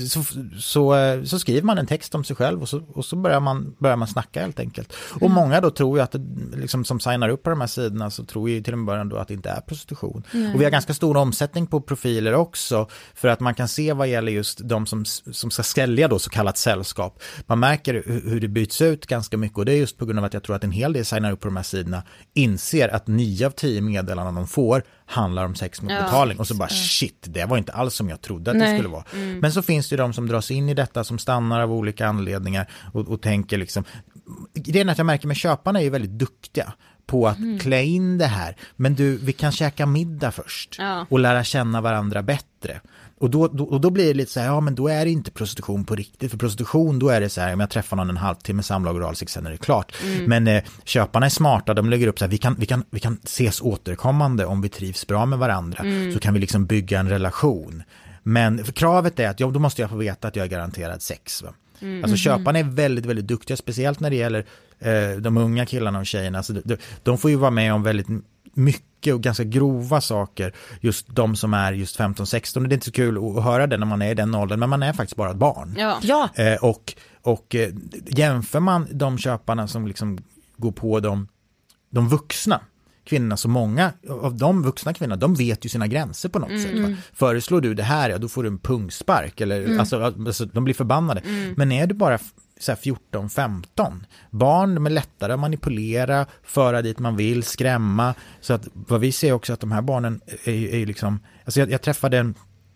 skriver man en text om sig själv och så börjar man snacka helt enkelt. Och många då tror ju att liksom, som signar upp på de här sidorna, så tror ju till en början då att det inte är prostitution. Och vi har ganska stor omsättning på profiler också, för att man kan se vad gäller just de som ska sälja då så kallat sällskap. Man märker hur det byts ut ganska mycket, och det är just på grund av att jag tror att en hel del signar upp på de här sidorna inser att 9 av 10 meddelanden de får handlar om sex mot betalning, och så bara shit, det var inte alls som jag trodde att det skulle vara. Men så finns det ju de som dras in i detta, som stannar av olika anledningar och tänker liksom, grejen är att jag märker med köparna är ju väldigt duktiga på att klä in det här, men vi kan käka middag först och lära känna varandra bättre. Och då blir det lite så här, ja men då är det inte prostitution på riktigt. För prostitution, då är det så här, om jag träffar någon en halvtimme samlag och oralsex, sen är det klart. Men köparna är smarta, de lägger upp så här, vi kan ses återkommande om vi trivs bra med varandra. Så kan vi liksom bygga en relation. Men kravet är att då måste jag få veta att jag är garanterad sex, va? Alltså köparna är väldigt, väldigt duktiga, speciellt när det gäller de unga killarna och tjejerna. Alltså, de får ju vara med om väldigt mycket mycket och ganska grova saker, just de som är just 15-16. Det är inte så kul att höra det när man är i den åldern, men man är faktiskt bara ett barn. Ja. Och jämför man de köparna som liksom går på de vuxna kvinnorna, så många av de vuxna kvinnorna, de vet ju sina gränser på något sätt. Va? Föreslår du det här, ja, då får du en pungspark. Eller, alltså, de blir förbannade. Men är du bara så här 14-15, barn, de är lättare att manipulera, föra dit man vill, skrämma. Så att vad vi ser också att de här barnen är liksom... Alltså jag träffade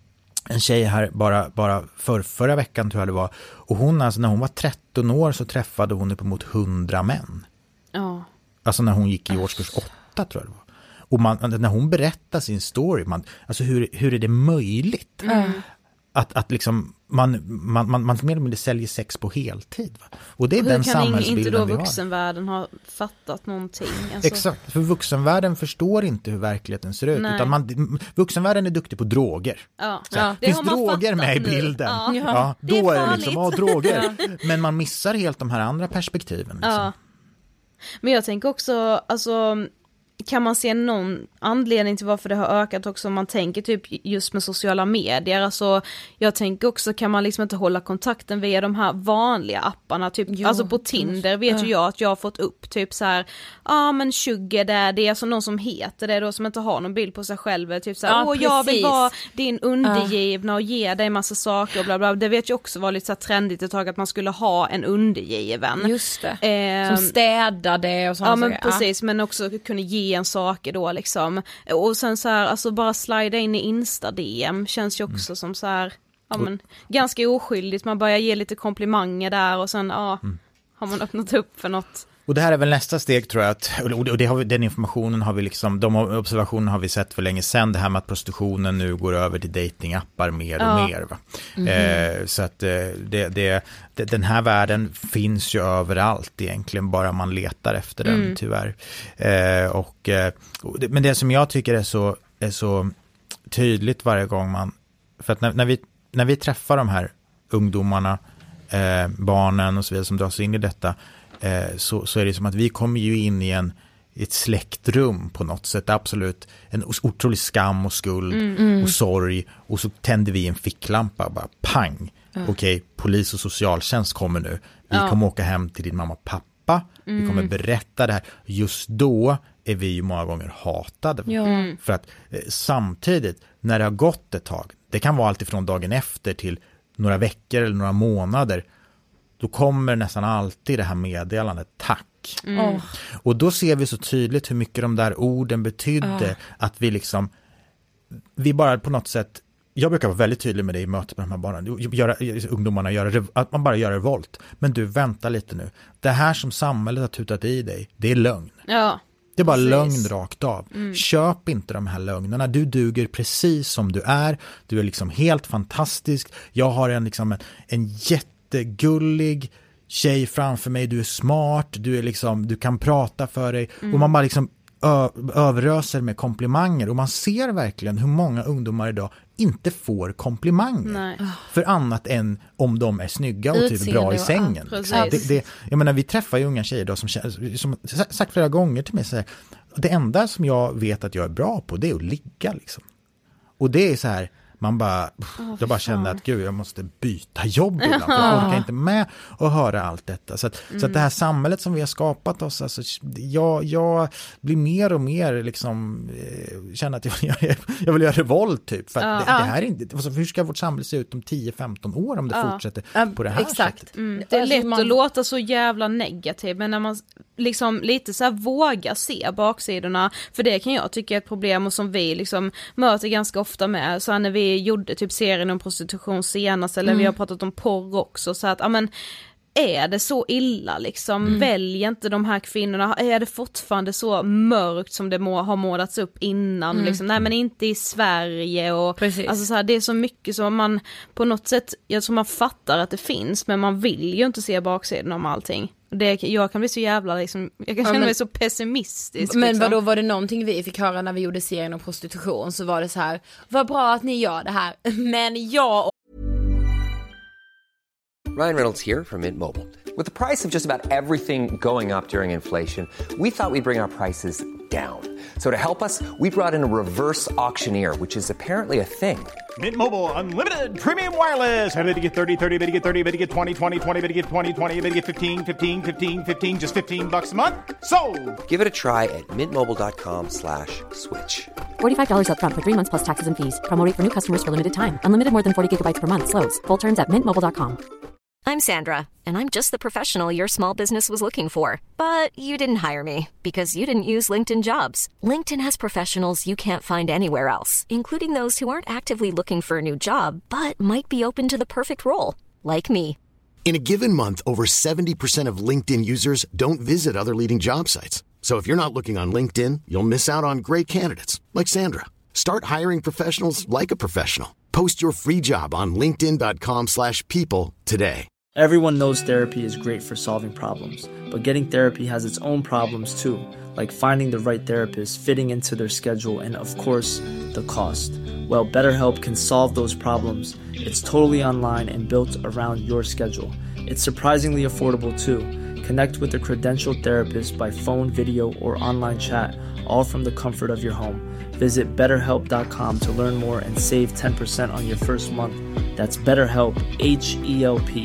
en tjej här bara förra veckan, tror jag det var. Och hon, alltså när hon var 13 år så träffade hon uppemot 100 män. Ja. Alltså när hon gick i årskurs 8, tror jag det var. Och när hon berättar sin story, alltså hur är det möjligt? Att liksom man mer eller mindre säljer sex på heltid. Va? Och det är den samhällsbilden vi har. Hur kan inte då vuxenvärlden ha fattat någonting? Alltså... Exakt, för vuxenvärlden förstår inte hur verkligheten ser ut. Nej. Utan vuxenvärlden är duktig på droger. Ja. Det finns droger med i bilden. Ja, då är det liksom, droger. Men man missar helt de här andra perspektiven. Liksom. Ja. Men jag tänker också, alltså... Kan man se någon anledning till varför det har ökat också om man tänker typ just med sociala medier? Alltså jag tänker också, kan man liksom inte hålla kontakten via de här vanliga apparna typ, alltså på Tinder vet ju jag att jag har fått upp typ så här, men sugar där, det är alltså någon som heter det då som inte har någon bild på sig själv, typ så här, jag vill vara din undergivna och ge dig massa saker och bla bla. Det vet jag också var lite så här trendigt ett tag att man skulle ha en undergiven. Just det. Som städade och sånt. Ja, men precis, men också kunde ge en saker då liksom. Och sen så här, alltså bara slida in i Insta-DM känns ju också som så här, men ganska oskyldigt. Man börjar ge lite komplimanger där och sen har man öppnat upp för något. Och det här är väl nästa steg, tror jag, och det har vi, den informationen har vi liksom, de observationerna har vi sett för länge sedan, det här med att prostitutionen nu går över till datingappar mer och mer. Va? Så att den här världen finns ju överallt egentligen, bara man letar efter den, tyvärr. Men det som jag tycker är så tydligt varje gång man, för att när vi träffar de här ungdomarna, barnen och så vidare som dras in i detta, så är det som att vi kommer ju in i ett släktrum på något sätt, absolut en otrolig skam och skuld och sorg, och så tänder vi en ficklampa bara pang, okej, polis och socialtjänst kommer nu, vi kommer åka hem till din mamma och pappa, vi kommer berätta det här. Just då är vi ju många gånger hatade, för att samtidigt när det har gått ett tag, det kan vara allt ifrån dagen efter till några veckor eller några månader, då kommer nästan alltid det här meddelandet, tack. Och då ser vi så tydligt hur mycket de där orden betydde, att vi liksom, vi bara på något sätt, jag brukar vara väldigt tydlig med det i mötet med de här barnen, ungdomarna, att man bara gör revolt. Men du, vänta lite nu. Det här som samhället har tutat i dig, det är lögn. Ja. Det är bara lögn rakt av. Köp inte de här lögnerna. Du duger precis som du är. Du är liksom helt fantastisk. Jag har en jättegullig tjej framför mig. Du är smart. Du är liksom, du kan prata för dig. Och man bara liksom överöser med komplimanger. Och man ser verkligen hur många ungdomar idag inte får komplimanger. Nej. För annat än om de är snygga och typ bra i sängen. Jag menar, vi träffar ju unga tjejer då som sagt flera gånger till mig så här, det enda som jag vet att jag är bra på, det är att ligga liksom. Och det är så här, man bara, jag bara kände att gud, jag måste byta jobb ibland. Jag orkar inte med att höra allt detta. Så att det här samhället som vi har skapat oss, alltså, jag blir mer och mer liksom, känner att jag vill göra revolt typ. För att det här är inte, alltså, hur ska vårt samhälle se ut om 10-15 år om det fortsätter på det här sättet? Det är lätt att låta så jävla negativ, men när man liksom lite så här vågar se baksidorna, för det kan jag tycka är ett problem och som vi liksom möter ganska ofta med, så när vi gjorde typ serien om prostitution senast, eller vi har pratat om porr också, så att är det så illa liksom, välj inte de här kvinnorna, är det fortfarande så mörkt som det har målats upp innan liksom, nej men inte i Sverige och alltså så här, det är så mycket som man på något sätt, jag tror man fattar att det finns, men man vill ju inte se baksidan om allting. Jag kan bli så jävla liksom, jag kan känna mig så pessimistisk. Men liksom. vadå, var det någonting vi fick höra när vi gjorde serien om prostitution, så var det så här, vad bra att ni gör det här, men jag... Ryan Reynolds here from Mint Mobile. With the price of just about everything going up during inflation, we thought we'd bring our prices down. So to help us, we brought in a reverse auctioneer, which is apparently a thing. Mint Mobile Unlimited Premium Wireless. How to get 30, 30, bit to get 30, bit to get 20, 20, 20, bit to get 20, 20, bit to get 15, 15, 15, 15, just $15 a month? Sold! Give it a try at mintmobile.com/switch. $45 up front for 3 months plus taxes and fees. Promo rate for new customers for limited time. Unlimited more than 40 gigabytes per month. Slows full terms at mintmobile.com. I'm Sandra, and I'm just the professional your small business was looking for. But you didn't hire me because you didn't use LinkedIn Jobs. LinkedIn has professionals you can't find anywhere else, including those who aren't actively looking for a new job, but might be open to the perfect role, like me. In a given month, over 70% of LinkedIn users don't visit other leading job sites. So if you're not looking on LinkedIn, you'll miss out on great candidates, like Sandra. Start hiring professionals like a professional. Post your free job on linkedin.com/people today. Everyone knows therapy is great for solving problems, but getting therapy has its own problems too, like finding the right therapist, fitting into their schedule, and of course, the cost. Well, BetterHelp can solve those problems. It's totally online and built around your schedule. It's surprisingly affordable too. Connect with a credentialed therapist by phone, video, or online chat, all from the comfort of your home. Visit BetterHelp.com to learn more and save 10% on your first month. That's BetterHelp, H-E-L-P.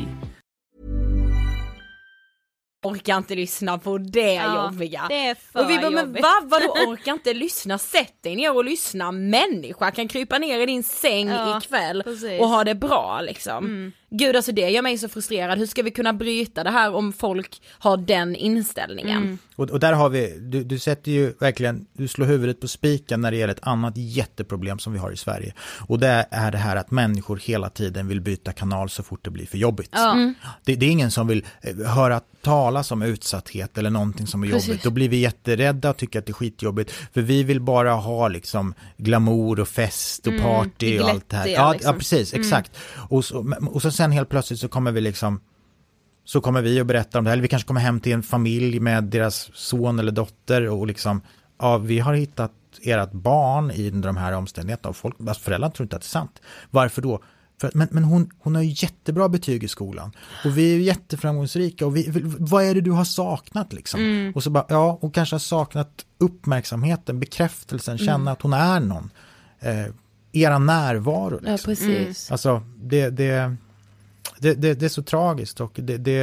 Orkar inte lyssna på det jobbiga. Det är för och vi bara, men jobbigt. vadå orkar inte lyssna? Sätt dig ner och lyssna. Människa kan krypa ner i din säng ikväll och ha det bra liksom. Gud, alltså det gör mig så frustrerad. Hur ska vi kunna bryta det här om folk har den inställningen? Och där har vi, du sätter ju verkligen, du slår huvudet på spiken när det gäller ett annat jätteproblem som vi har i Sverige. Och det är det här att människor hela tiden vill byta kanal så fort det blir för jobbigt. Det är ingen som vill höra talas om utsatthet eller någonting som är jobbigt. Då blir vi jätterädda och tycker att det är skitjobbigt. För vi vill bara ha liksom glamour och fest och party och allt det här. Ja, precis, exakt. Och så sen helt plötsligt så kommer vi liksom, så kommer vi att berätta om det. Eller vi kanske kommer hem till en familj med deras son eller dotter och liksom, ja, vi har hittat ert barn i de här omständigheterna och alltså föräldrarna tror inte att det är sant. Varför då? Men hon har ju jättebra betyg i skolan och vi är jätteframgångsrika och vad är det du har saknat liksom? Och så bara, ja, och kanske har saknat uppmärksamheten, bekräftelsen, känna att hon är någon. Era närvaro liksom. Ja, precis. Alltså, det är så tragiskt och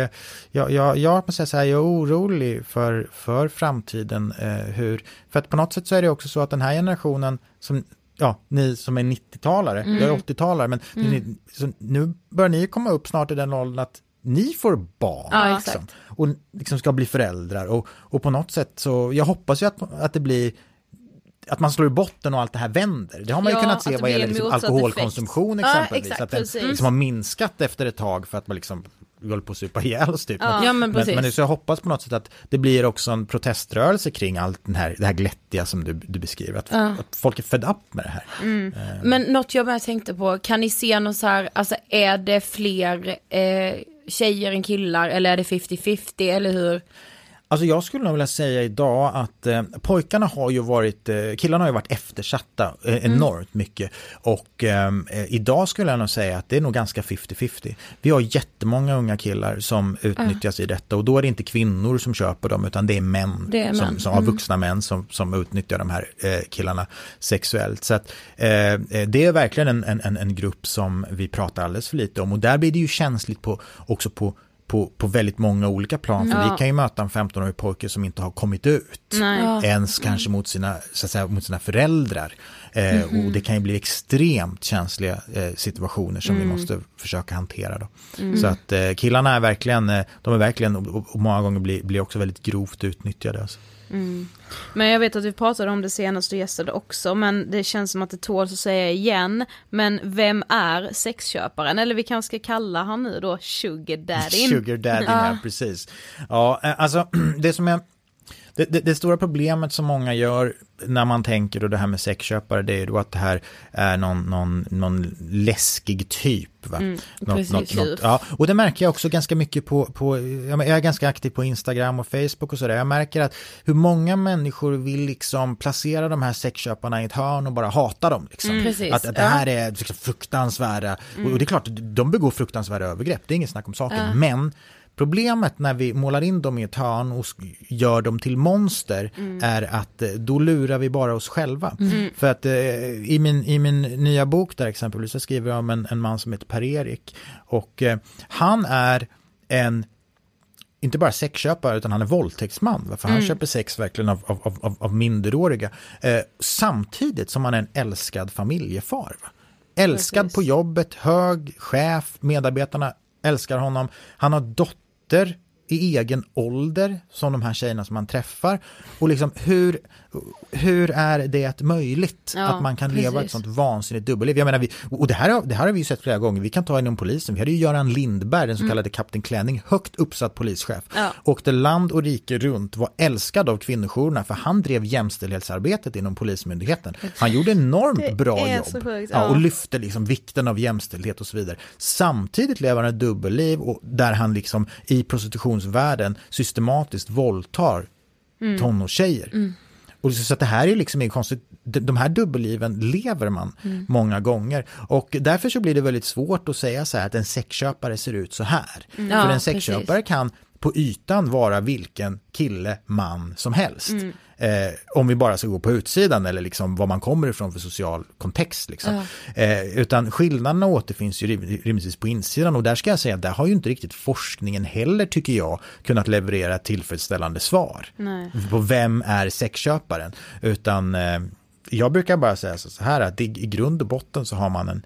jag måste säga så här, jag är orolig för framtiden, för att på något sätt så är det också så att den här generationen som, ja, ni som är 90-talare, jag är 80-talare, men så nu börjar ni komma upp snart i den åldern att ni får barn liksom, och liksom ska bli föräldrar och på något sätt så, jag hoppas ju att det blir att man slår i botten och allt det här vänder. Det har man ju kunnat se vad gäller liksom alkoholkonsumtion exempelvis. Att den liksom har minskat efter ett tag för att man liksom håller på att supa ihjäl och typ. Men så jag hoppas på något sätt att det blir också en proteströrelse kring allt det här glättiga som du beskriver. Att folk är fed up med det här. Men något jag bara tänkte på, kan ni se något så här, alltså är det fler tjejer än killar eller är det 50-50 eller hur? Alltså jag skulle nog vilja säga idag att killarna har ju varit eftersatta enormt mycket och idag skulle jag nog säga att det är nog ganska 50-50. Vi har jättemånga unga killar som utnyttjas i detta och då är det inte kvinnor som köper dem utan det är män, som har vuxna män som utnyttjar de här killarna sexuellt. Så att det är verkligen en grupp som vi pratar alldeles för lite om och där blir det ju känsligt också på väldigt många olika plan. För vi kan ju möta en 15-årig pojke som inte har kommit ut. Ens kanske mot sina föräldrar. Och det kan ju bli extremt känsliga situationer som vi måste försöka hantera då. Så att killarna är verkligen och många gånger blir också väldigt grovt utnyttjade. Alltså. Men jag vet att vi pratade om det senast du gästade också, men det känns som att det tåls att säga igen. Men vem är sexköparen? Eller vi kanske ska kalla han nu då Sugar Daddy. Sugar Daddy, ja, precis. Ja, alltså det som Det stora problemet som många gör när man tänker då det här med sexköpare, det är ju då att det här är någon läskig typ. Va? Ja, och det märker jag också ganska mycket på jag är ganska aktiv på Instagram och Facebook och sådär. Jag märker att hur många människor vill liksom placera de här sexköparna i ett hörn och bara hata dem. Liksom. Att det här är liksom fruktansvärda, och det är klart, de begår fruktansvärda övergrepp, det är inget snack om saken, men problemet när vi målar in dem i ett hörn och gör dem till monster är att då lurar vi bara oss själva. För att i min nya bok där exempelvis så skriver jag om en man som heter Per-Erik, och han är inte bara sexköpare utan han är våldtäktsman. För han köper sex verkligen av minderåriga. Samtidigt som han är en älskad familjefar. Va? Älskad på jobbet, hög chef, medarbetarna älskar honom. Han har dotter i egen ålder som de här tjejerna som han träffar. Och liksom hur är det möjligt att man kan leva ett sånt vansinnigt dubbelliv? Jag menar, och det här har vi ju sett flera gånger. Vi kan ta inom polisen. Vi hade ju Göran Lindberg, den så kallade Kapten Klänning, högt uppsatt polischef. Åkte land och rike runt, var älskad av kvinnojourerna för han drev jämställdhetsarbetet inom polismyndigheten. Han gjorde enormt bra jobb. Sjukt, och lyfte liksom vikten av jämställdhet och så vidare. Samtidigt lever han ett dubbelliv och där han liksom i prostitutionsvärlden systematiskt våldtar tonårstjejer. Och så att det här är liksom konstigt. De här dubbelliven lever man många gånger. Och därför så blir det väldigt svårt att säga så här att en sexköpare ser ut så här. För en sexköpare kan på ytan vara vilken kille, man som helst. Om vi bara ska gå på utsidan eller liksom vad man kommer ifrån för social kontext. Liksom. Utan skillnaderna återfinns ju rimligtvis på insidan, och där ska jag säga att där har ju inte riktigt forskningen heller, tycker jag, kunnat leverera ett tillfredsställande svar på vem är sexköparen. Utan jag brukar bara säga så här att i grund och botten så har man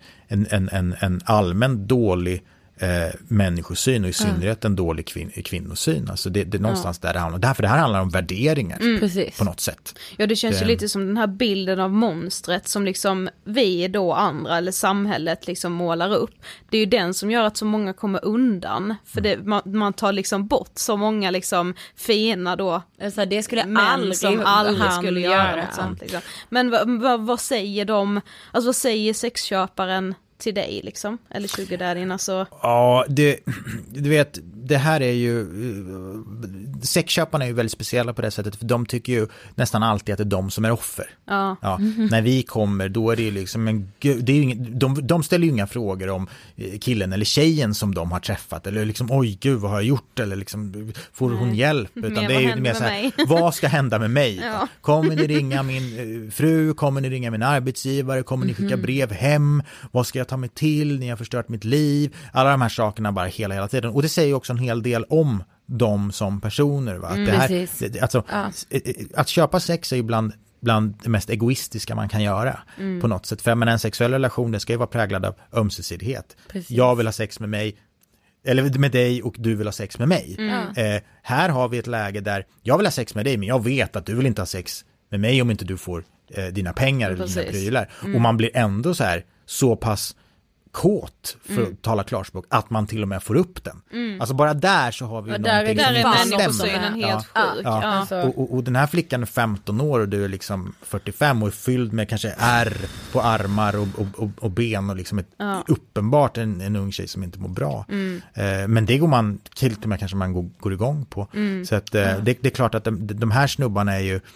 en allmän dålig människosyn, och i synnerhet en dålig kvinnosyn. Alltså det är någonstans där det handlar. Därför det här handlar om värderingar på något sätt. Ja, det känns ju lite som den här bilden av monstret som liksom vi då andra eller samhället liksom målar upp. Det är ju den som gör att så många kommer undan. För det, man tar liksom bort så många liksom fina då. Alltså, det skulle aldrig skulle göra något sånt liksom. Men vad säger de? Alltså vad säger sexköparen till dig liksom, eller 20 där inne så. Ja, du vet, det här är ju sexköparna är ju väldigt speciella på det sättet, för de tycker ju nästan alltid att det är de som är offer. När vi kommer, då är det ju liksom det är ju de ställer ju inga frågor om killen eller tjejen som de har träffat, eller liksom oj gud vad har jag gjort, eller liksom får hon hjälp, utan det är ju mer så här, vad ska hända med mig? Kommer ni ringa min fru, kommer ni ringa min arbetsgivare, kommer ni skicka brev hem, vad ska jag ta mig till, ni har förstört mitt liv, alla de här sakerna bara hela tiden, och det säger ju också en hel del om dem som personer, va? Att det här, att köpa sex är ju bland det mest egoistiska man kan göra på något sätt, för en sexuell relation, det ska ju vara präglad av ömsesidighet. Jag vill ha sex med mig, eller med dig, och du vill ha sex med mig. Här har vi ett läge där jag vill ha sex med dig, men jag vet att du vill inte ha sex med mig om inte du får dina pengar eller dina prylar. Och man blir ändå så pass kåt, för att tala klarspråk, att man till och med får upp den. Alltså bara där så har vi någonting som stämmer. Helt sjuk. Och den här flickan är 15 år och du är liksom 45 och är fylld med kanske ärr på armar och ben och liksom uppenbart en ung tjej som inte mår bra. Men det går man till och med kanske man går igång på. Så att det är klart att de här snubbarna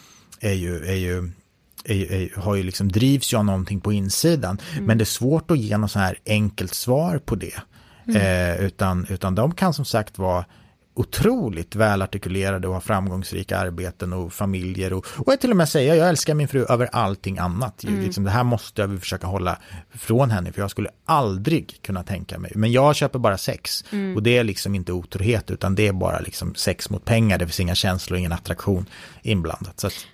har ju liksom, drivs ju av någonting på insidan, men det är svårt att ge något så här enkelt svar på det. Utan de kan som sagt vara otroligt välartikulerade och ha framgångsrika arbeten och familjer, och jag till och med säga jag älskar min fru över allting annat. Liksom, det här måste jag försöka hålla från henne, för jag skulle aldrig kunna tänka mig. Men jag köper bara sex, och det är liksom inte otrohet, utan det är bara liksom sex mot pengar. Det finns inga känslor, ingen attraktion inblandat. Så att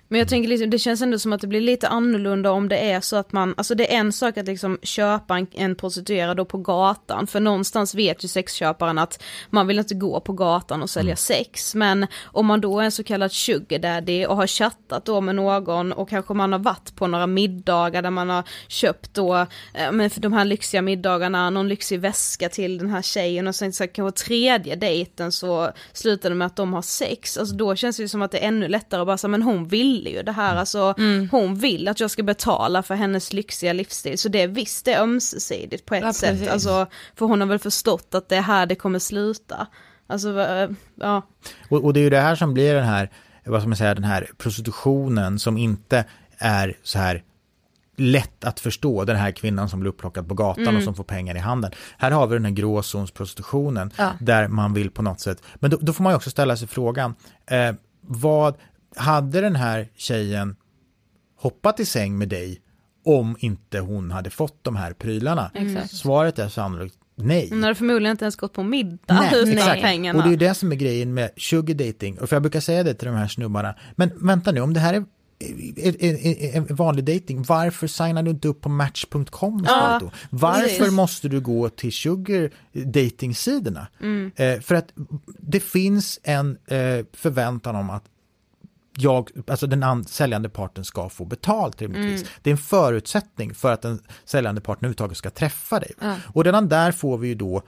Men jag tänker liksom, det känns ändå som att det blir lite annorlunda om det är så att man, alltså det är en sak att liksom köpa en prostituerad då på gatan, för någonstans vet ju sexköparen att man vill inte gå på gatan och sälja sex, men om man då är en så kallad sugar daddy och har chattat då med någon och kanske man har varit på några middagar där man har köpt då, men för de här lyxiga middagarna, någon lyxig väska till den här tjejen och sen så kanske tredje dejten så slutar det med att de har sex, alltså då känns det ju som att det är ännu lättare att bara säga, men hon vill ju det här, alltså hon vill att jag ska betala för hennes lyxiga livsstil, så det är visst det är ömsesidigt på ett sätt, alltså, för hon har väl förstått att det är här det kommer sluta, alltså ja. Och det är ju det här som blir den här, vad ska man säga, den här prostitutionen som inte är så här lätt att förstå, den här kvinnan som blir upplockad på gatan och som får pengar i handen. Här har vi den här gråzonsprostitutionen där man vill på något sätt, men då får man ju också ställa sig frågan, vad hade den här tjejen hoppat i säng med dig om inte hon hade fått de här prylarna? Svaret är sannolikt nej. Hon hade förmodligen inte ens gått på middag utan pengarna. Och det är det som är grejen med sugar dating. Och för jag brukar säga det till de här snubbarna. Men vänta nu, om det här är en vanlig dating, varför signar du inte upp på Match.com istället då? Varför måste du gå till sugar dating-sidorna? För att det finns en förväntan om att alltså den säljande parten ska få betalt rimligtvis. Det är en förutsättning för att den säljande parten överhuvudtaget ska träffa dig. Och redan där får vi ju då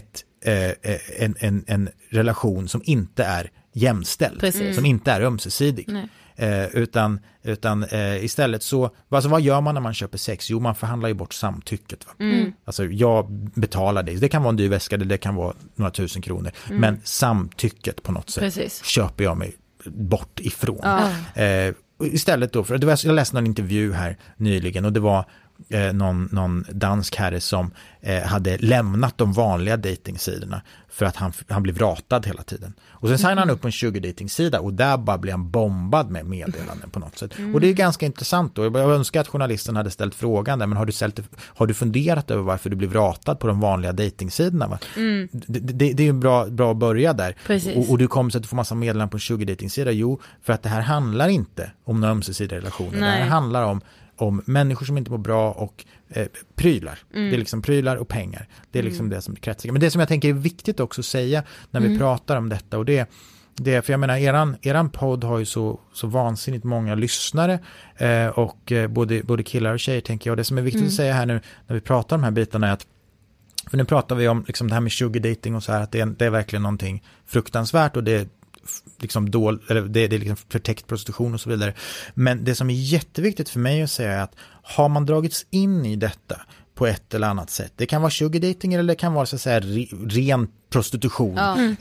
en relation som inte är jämställd, som inte är ömsesidig. Utan istället så, alltså vad gör man när man köper sex? Jo, man förhandlar ju bort samtycket. Va? Alltså jag betalar det kan vara en dyr väska, det kan vara några tusen kronor, men samtycket på något sätt köper jag mig bort ifrån. Istället då, för jag läste en intervju här nyligen och det var någon dansk herre som hade lämnat de vanliga datingsidorna för att han blev ratad hela tiden. Och sen signade han upp på en sugar dating-sida och där bara blev han bombad med meddelanden på något sätt. Och det är ganska intressant då. Jag önskar att journalisten hade ställt frågan där, men har du funderat över varför du blev ratad på de vanliga datingsidorna? Va? Det är ju en bra att börja där. Och du kommer så att du får massa meddelanden på en sugar dating-sida. Jo, för att det här handlar inte om några ömsesidiga relationer. Det här handlar om människor som inte mår bra och prylar. Det är liksom prylar och pengar. Det är liksom det som kretsar. Men det som jag tänker är viktigt också att säga när vi pratar om detta, och det för jag menar, eran podd har ju så vansinnigt många lyssnare och både killar och tjejer, tänker jag. Det som är viktigt att säga här nu när vi pratar om de här bitarna är att, för nu pratar vi om liksom det här med sugar dating och så här, att det är verkligen någonting fruktansvärt och det är liksom det är liksom förtäckt prostitution och så vidare. Men det som är jätteviktigt för mig att säga är att har man dragits in i detta på ett eller annat sätt, det kan vara sugar dating eller det kan vara så att säga ren prostitution,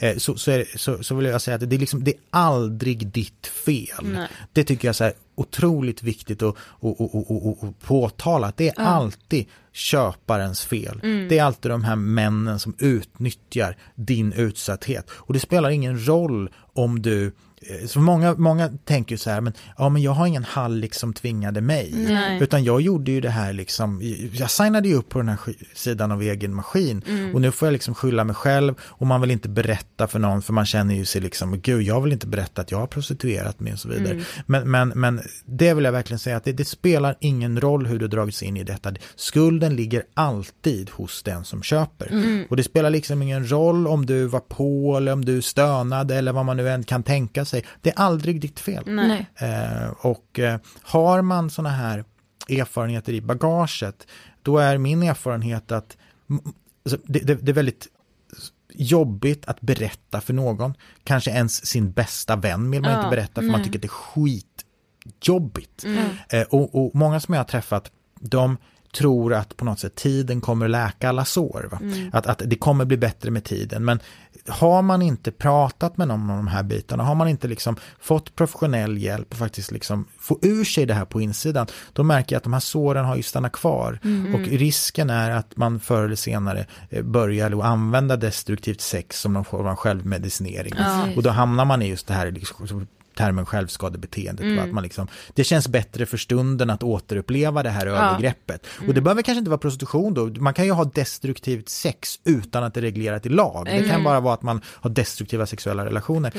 så vill jag säga att det är aldrig ditt fel. Nej. Det tycker jag är så här otroligt viktigt att påtala, att det är alltid köparens fel. Det är alltid de här männen som utnyttjar din utsatthet. Och det spelar ingen roll om du, så många tänker så här, men jag har ingen hallick som tvingade mig. Nej. Utan jag gjorde ju det här liksom, jag signade ju upp på den här sidan av egen maskin och nu får jag liksom skylla mig själv, och man vill inte berätta för någon, för man känner ju sig liksom, gud, jag vill inte berätta att jag har prostituerat mig och så vidare. Men det vill jag verkligen säga, att det spelar ingen roll hur du dragits in i detta. Skulden ligger alltid hos den som köper. Och det spelar liksom ingen roll om du var på eller om du stönade eller vad man nu än kan tänka sig. Det är aldrig ditt fel. Har man såna här erfarenheter i bagaget, då är min erfarenhet att alltså, det är väldigt jobbigt att berätta för någon. Kanske ens sin bästa vän vill man inte berätta, för man tycker att det är skitjobbigt. Och många som jag har träffat, de tror att på något sätt tiden kommer läka alla sår. Va? Att det kommer bli bättre med tiden. Men har man inte pratat med någon om de här bitarna, har man inte liksom fått professionell hjälp och faktiskt liksom få ur sig det här på insidan, då märker jag att de här såren har ju stannat kvar. Och risken är att man förr eller senare börjar använda destruktivt sex som någon form av självmedicinering. Och då hamnar man i just det här liksom, termen självskadebeteendet. Att man liksom, det känns bättre för stunden att återuppleva det här övergreppet. Och det behöver kanske inte vara prostitution då. Man kan ju ha destruktivt sex utan att det är reglerat i lag. Det kan bara vara att man har destruktiva sexuella relationer.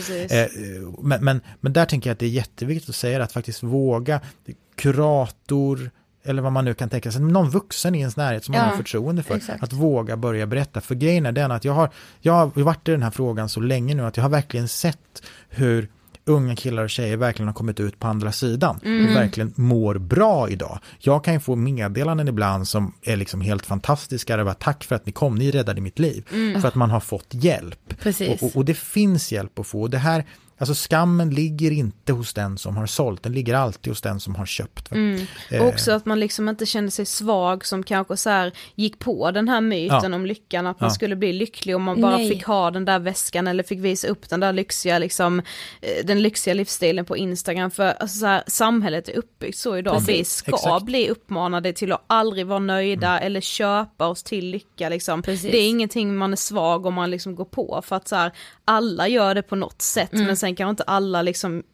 Men där tänker jag att det är jätteviktigt att säga att faktiskt våga, kurator eller vad man nu kan tänka sig, någon vuxen i ens närhet som man har förtroende för, att våga börja berätta. För grejen är den att jag har varit i den här frågan så länge nu att jag har verkligen sett hur unga killar och tjejer verkligen har kommit ut på andra sidan och verkligen mår bra idag. Jag kan ju få meddelanden ibland som är liksom helt fantastiska. Det var tack för att ni kom, ni räddade mitt liv. För att man har fått hjälp. Och det finns hjälp att få. Det här, alltså skammen ligger inte hos den som har sålt, den ligger alltid hos den som har köpt. Och också att man liksom inte kände sig svag som kanske så här gick på den här myten om lyckan, att man skulle bli lycklig om man bara fick ha den där väskan eller fick visa upp den där lyxiga liksom, den lyxiga livsstilen på Instagram. För alltså, så här, samhället är uppbyggt så idag. Vi ska bli uppmanade till att aldrig vara nöjda eller köpa oss till lycka liksom. Det är ingenting man är svag om man liksom går på, för att så här, alla gör det på något sätt, men sen kan inte alla liksom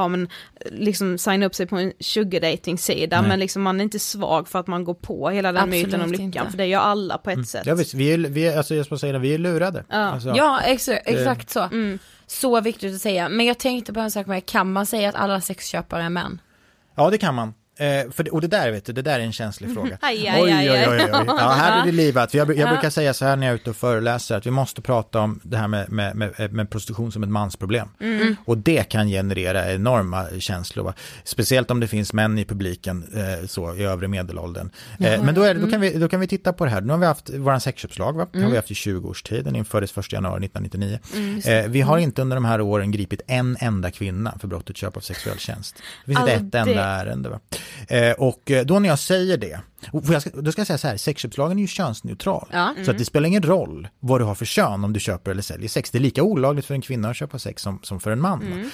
signa upp sig på en sugar dating sida, men liksom man är inte svag för att man går på hela den myten om lyckan, inte. För det gör alla på ett sätt. Ja, visst, vi är lurade. Exakt så. Så viktigt att säga. Men jag tänkte på en sak med, kan man säga att alla sexköpare är män? Ja, det kan man. Och det där, vet du, det där är en känslig fråga. Oj. Ja, här är det livat. Jag brukar säga så här när jag är ute och föreläser, att vi måste prata om det här med prostitution som ett mansproblem. Och det kan generera enorma känslor. Va? Speciellt om det finns män i publiken så i övre medelåldern. Men då kan vi titta på det här. Nu har vi haft våran sexköpslag, va? Det har vi haft i 20 års tid. Den infördes 1 januari 1999. Vi har inte under de här åren gripit en enda kvinna för brottet köp av sexuell tjänst. Det finns inte ett enda ärende, va? Och då när jag säger det, då ska jag säga så här, sexköpslagen är ju könsneutral. Så att det spelar ingen roll vad du har för kön om du köper eller säljer sex. Det är lika olagligt för en kvinna att köpa sex som för en man.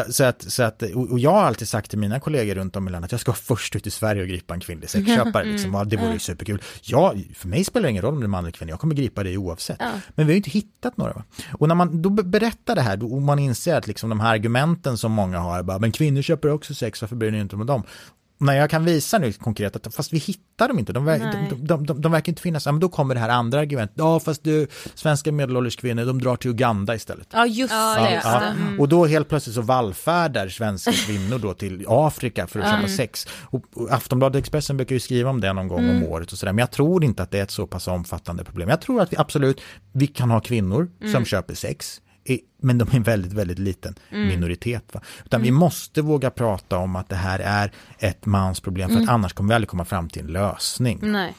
Och jag har alltid sagt till mina kollegor runt om i landet att jag ska först ut i Sverige och gripa en kvinnlig sexköpare. Liksom. Det vore ju superkul. För mig spelar det ingen roll om det är man eller kvinna. Jag kommer gripa det oavsett. Men vi har ju inte hittat några. Va? Och när man då berättar det här, och man inser att liksom de här argumenten som många har, bara, men kvinnor köper också sex, varför bryr ni inte om dem? När jag kan visa nu konkret att fast vi hittar dem inte, de verkar inte finnas, men då kommer det här andra argumentet. Ja, fast svenska medelålders kvinnor, de drar till Uganda istället. Ja, just det. Och då helt plötsligt så vallfärdar svenska kvinnor då till Afrika för att köpa sex. Och Aftonbladet Expressen brukar ju skriva om det någon gång om året och sådär. Men jag tror inte att det är ett så pass omfattande problem. Jag tror att vi kan ha kvinnor som köper sex. Men de är en väldigt, väldigt liten minoritet. Va? Utan vi måste våga prata om att det här är ett mansproblem, för att annars kommer vi aldrig komma fram till en lösning.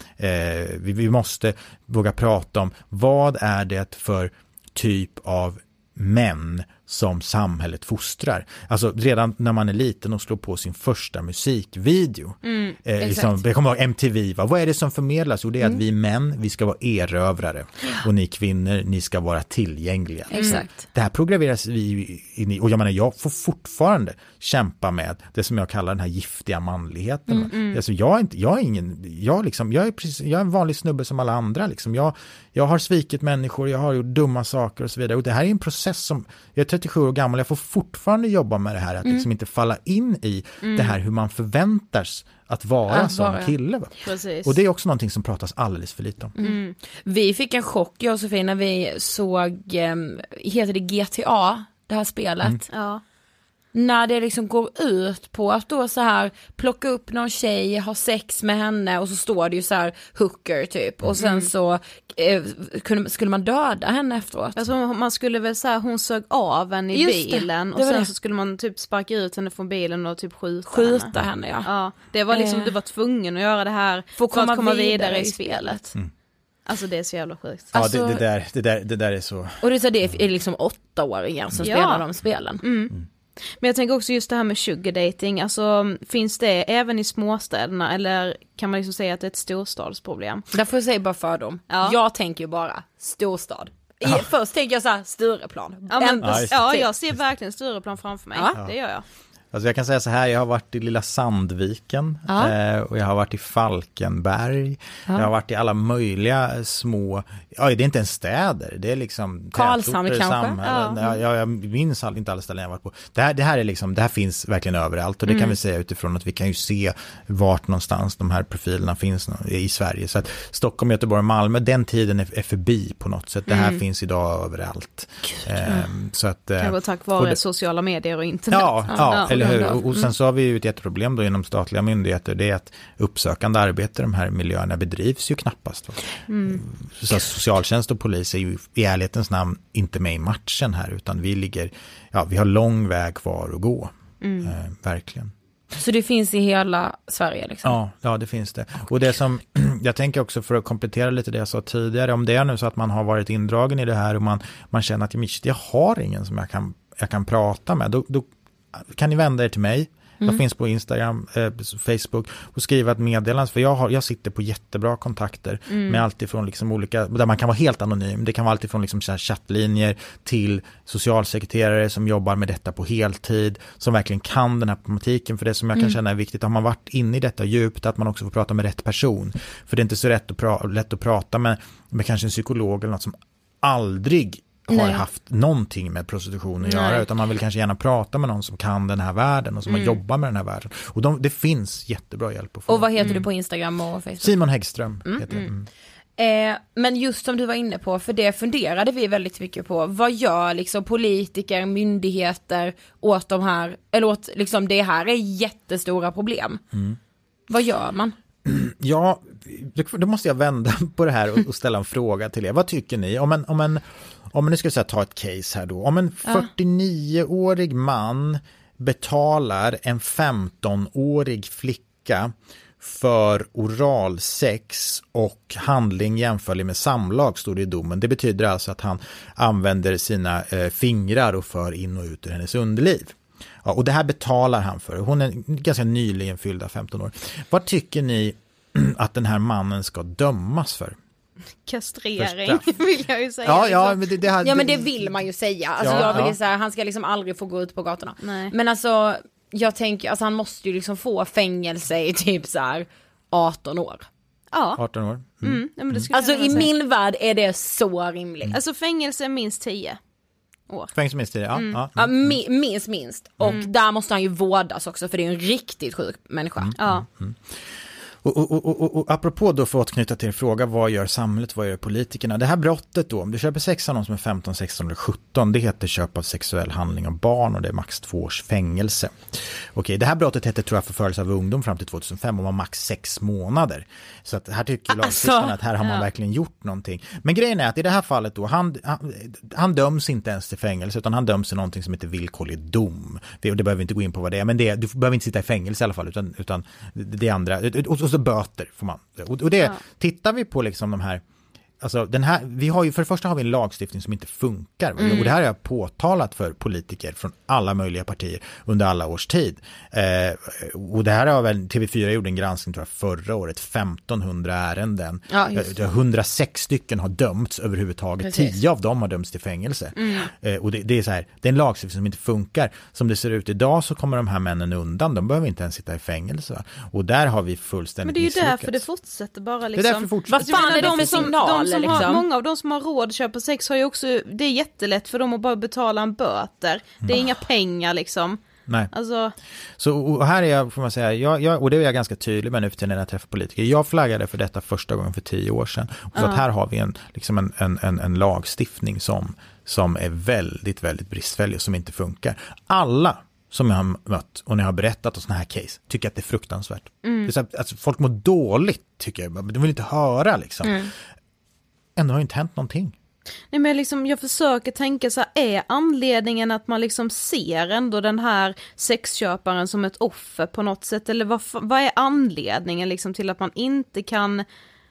Vi måste våga prata om vad är det för typ av män som samhället fostrar. Alltså redan när man är liten och slår på sin första musikvideo. Jag kommer ihåg MTV. Vad är det som förmedlas? Och det är att vi män, vi ska vara erövrare. Och ni kvinnor, ni ska vara tillgängliga. Det här programmeras vi in i. Och jag får fortfarande kämpa med det som jag kallar den här giftiga manligheten. Alltså jag är en vanlig snubbe som alla andra. Liksom. Jag har svikit människor, jag har gjort dumma saker och så vidare. Och det här är en process som, jag är 37 år gammal, jag får fortfarande jobba med det här, att liksom inte falla in i det här hur man förväntas att vara som kille. Va? Och det är också någonting som pratas alldeles för lite om. Vi fick en chock, jag och Sofie, när vi såg, heter det GTA, det här spelet? När det liksom går ut på att då så här plocka upp någon tjej, ha sex med henne, och så står det ju så här hooker typ, och sen så skulle man döda henne efteråt. Alltså man skulle väl säga, hon sög av henne i bilen och sen så skulle man typ sparka ut henne från bilen och typ skjuta henne. Ja, det var liksom, du var tvungen att göra det här för att komma vidare i spelet. Alltså det är så jävla sjukt. Ja, alltså, det där är så. Och det är liksom 8-åringar som spelar de spelen. Men jag tänker också just det här med sugar dating, alltså finns det även i småstäderna, eller kan man liksom säga att det är ett storstadsproblem? Där får jag säga bara för dem. Jag tänker ju bara storstad. Först tänker jag så här, Stureplan. Jag ser verkligen Stureplan framför mig. Det gör jag. Alltså jag kan säga så här, jag har varit i lilla Sandviken och jag har varit i Falkenberg. Jag har varit i alla möjliga små, det är inte ens städer, det är liksom Karlshamn kanske. Jag minns inte alla ställen jag har varit på. Det här är liksom, det här finns verkligen överallt och det kan vi säga utifrån att vi kan ju se vart någonstans de här profilerna finns i Sverige. Så att Stockholm, Göteborg och Malmö, den tiden är förbi på något sätt. Det här finns idag överallt. Så att, kanske tack vare sociala medier och internet. Ja, eller hur? Och sen så har vi ju ett jätteproblem då inom statliga myndigheter, det är att uppsökande arbete i de här miljöerna bedrivs ju knappast. Så socialtjänst och polis är ju i ärlighetens namn inte med i matchen här, utan vi har lång väg kvar att gå. Verkligen. Så det finns i hela Sverige liksom? Ja, det finns det. Och det som, jag tänker också för att komplettera lite det jag sa tidigare, om det är nu så att man har varit indragen i det här och man känner att jag har ingen som jag kan prata med, då kan ni vända er till mig. Jag finns på Instagram, Facebook och skriva ett meddelande, för jag sitter på jättebra kontakter med allt ifrån liksom olika, där man kan vara helt anonym. Det kan vara allt ifrån liksom chattlinjer till socialsekreterare som jobbar med detta på heltid, som verkligen kan den här problematiken. För det som jag kan känna är viktigt, har man varit inne i detta djupt, att man också får prata med rätt person. För det är inte så lätt att prata med kanske en psykolog eller något som aldrig har haft någonting med prostitution att göra, utan man vill kanske gärna prata med någon som kan den här världen och som har jobbat med den här världen. Och det finns jättebra hjälp att få. Och vad heter du på Instagram och Facebook? Simon Häggström heter jag. Men just som du var inne på, för det funderade vi väldigt mycket på. Vad gör liksom politiker, myndigheter åt de här, eller åt liksom det här är jättestora problem. Vad gör man? Ja, då måste jag vända på det här och ställa en fråga till er. Vad tycker ni? Om nu ska jag ta ett case här då. Om en 49-årig man betalar en 15-årig flicka för oralsex och handling jämförlig med samlag, står det i domen. Det betyder alltså att han använder sina fingrar och för in och ut ur hennes underliv. Ja, och det här betalar han för. Hon är ganska nyligen fyllda 15 år. Vad tycker ni att den här mannen ska dömas för? Kastrering vill jag ju säga. Men det vill man ju säga. Alltså jag vill ju säga, han ska liksom aldrig få gå ut på gatorna. Nej. Men alltså jag tänker, alltså han måste ju liksom få fängelse i typ så här 18 år. Ja. 18 år. Ja, men alltså i min värld är det så rimligt. Alltså fängelse är minst 10 år. Fängelse minst 10, ja, minst. Och där måste han ju vårdas också, för det är en riktigt sjuk människa. Och apropå då, för att knyta till en fråga, vad gör samhället, vad gör politikerna? Det här brottet då, om du köper sex av någon som är 15, 16 eller 17, det heter köp av sexuell handling av barn och det är max 2 års fängelse. Okej, det här brottet heter, tror jag, förförelse av ungdom fram till 2005 och var max 6 månader. Så att här tycker lagstiftarna att här har man verkligen gjort någonting. Men grejen är att i det här fallet då, han döms inte ens till fängelse, utan han döms till någonting som heter villkorlig dom. Det behöver vi inte gå in på vad det är, men du behöver inte sitta i fängelse i alla fall, utan det andra. Och så böter får man. Och det tittar vi på liksom de här, alltså den här, vi har ju, för det första har vi en lagstiftning som inte funkar. Och det här har jag påtalat för politiker från alla möjliga partier under alla års tid. Och det här har väl TV4 gjorde en granskning, tror jag, förra året, 1500 ärenden. 106 stycken har dömts överhuvudtaget. Precis. 10 av dem har dömts till fängelse. Och det är så här, det är en lagstiftning som inte funkar. Som det ser ut idag så kommer de här männen undan. De behöver inte ens sitta i fängelse. Och där har vi fullständigt misslyckats. Men det är ju därför det fortsätter bara liksom. Det är därför det fortsätter. Vad fan är det för signaler? Många av de som har råd att köpa sex har ju också, det är jättelätt för dem att bara betala en böter. Det är inga pengar liksom. Nej. Alltså. Så och här är jag, får man säga, och det är jag ganska tydlig med nu för tiden när jag träffar politiker. Jag flaggade för detta första gången för 10 år sedan. Och så att här har vi en lagstiftning som är väldigt, väldigt bristfällig och som inte funkar. Alla som jag har mött och när jag har berättat om såna här case tycker att det är fruktansvärt. Det är så att, alltså, folk mår dåligt, tycker jag. De vill inte höra liksom. Ändå har inte hänt någonting. Nej, men liksom, jag försöker tänka så här, är anledningen att man liksom ser ändå den här sexköparen som ett offer på något sätt, eller vad är anledningen liksom till att man inte kan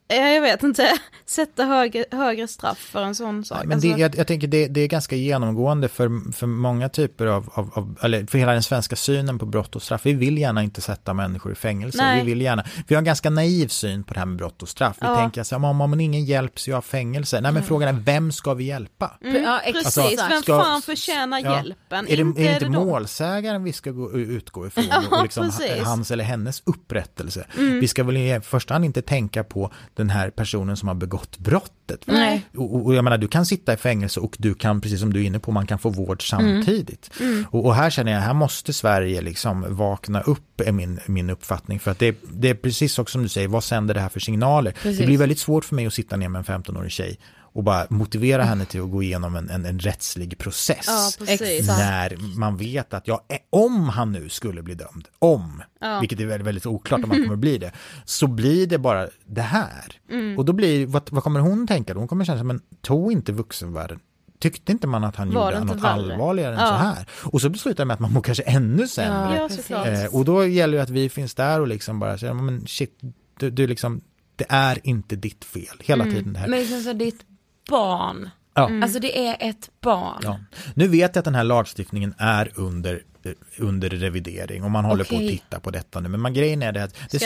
jag vet inte, sätta högre straff för en sån sak. Men jag tänker det är ganska genomgående för många typer av eller för hela den svenska synen på brott och straff. Vi vill gärna inte sätta människor i fängelse. Vi har en ganska naiv syn på det här med brott och straff. Vi tänker så här, om ingen hjälps jag av fängelse. Nej, men frågan är, vem ska vi hjälpa? Ja, precis. Alltså, vem fan förtjänar hjälpen? Är det inte målsägaren vi ska utgå ifrån och liksom hans eller hennes upprättelse? Vi ska väl i första hand inte tänka på den här personen som har begått brottet. Nej. Och jag menar, du kan sitta i fängelse och du kan, precis som du är inne på, man kan få vård samtidigt. Och här känner jag, här måste Sverige liksom vakna upp, är min uppfattning. För att det är precis också som du säger, vad sänder det här för signaler? Precis. Det blir väldigt svårt för mig att sitta ner med en 15-årig tjej och bara motivera henne till att gå igenom en rättslig process. Ja, när man vet att om han nu skulle bli dömd, vilket är väldigt, väldigt oklart om man kommer bli det, så blir det bara det här. Och då blir, vad kommer hon tänka? Hon kommer känna, men tog inte vuxenvärlden, tyckte inte man att han gjorde något allvarligare än så här? Och så beslutar med att man må kanske ännu sämre. Och då gäller det att vi finns där och liksom bara säger, men shit, du liksom, det är inte ditt fel hela tiden det här. Men liksom så ditt barn. Alltså det är ett barn. Ja. Nu vet jag att den här lagstiftningen är under revidering och man håller på att titta på detta nu. Men grejen är det att det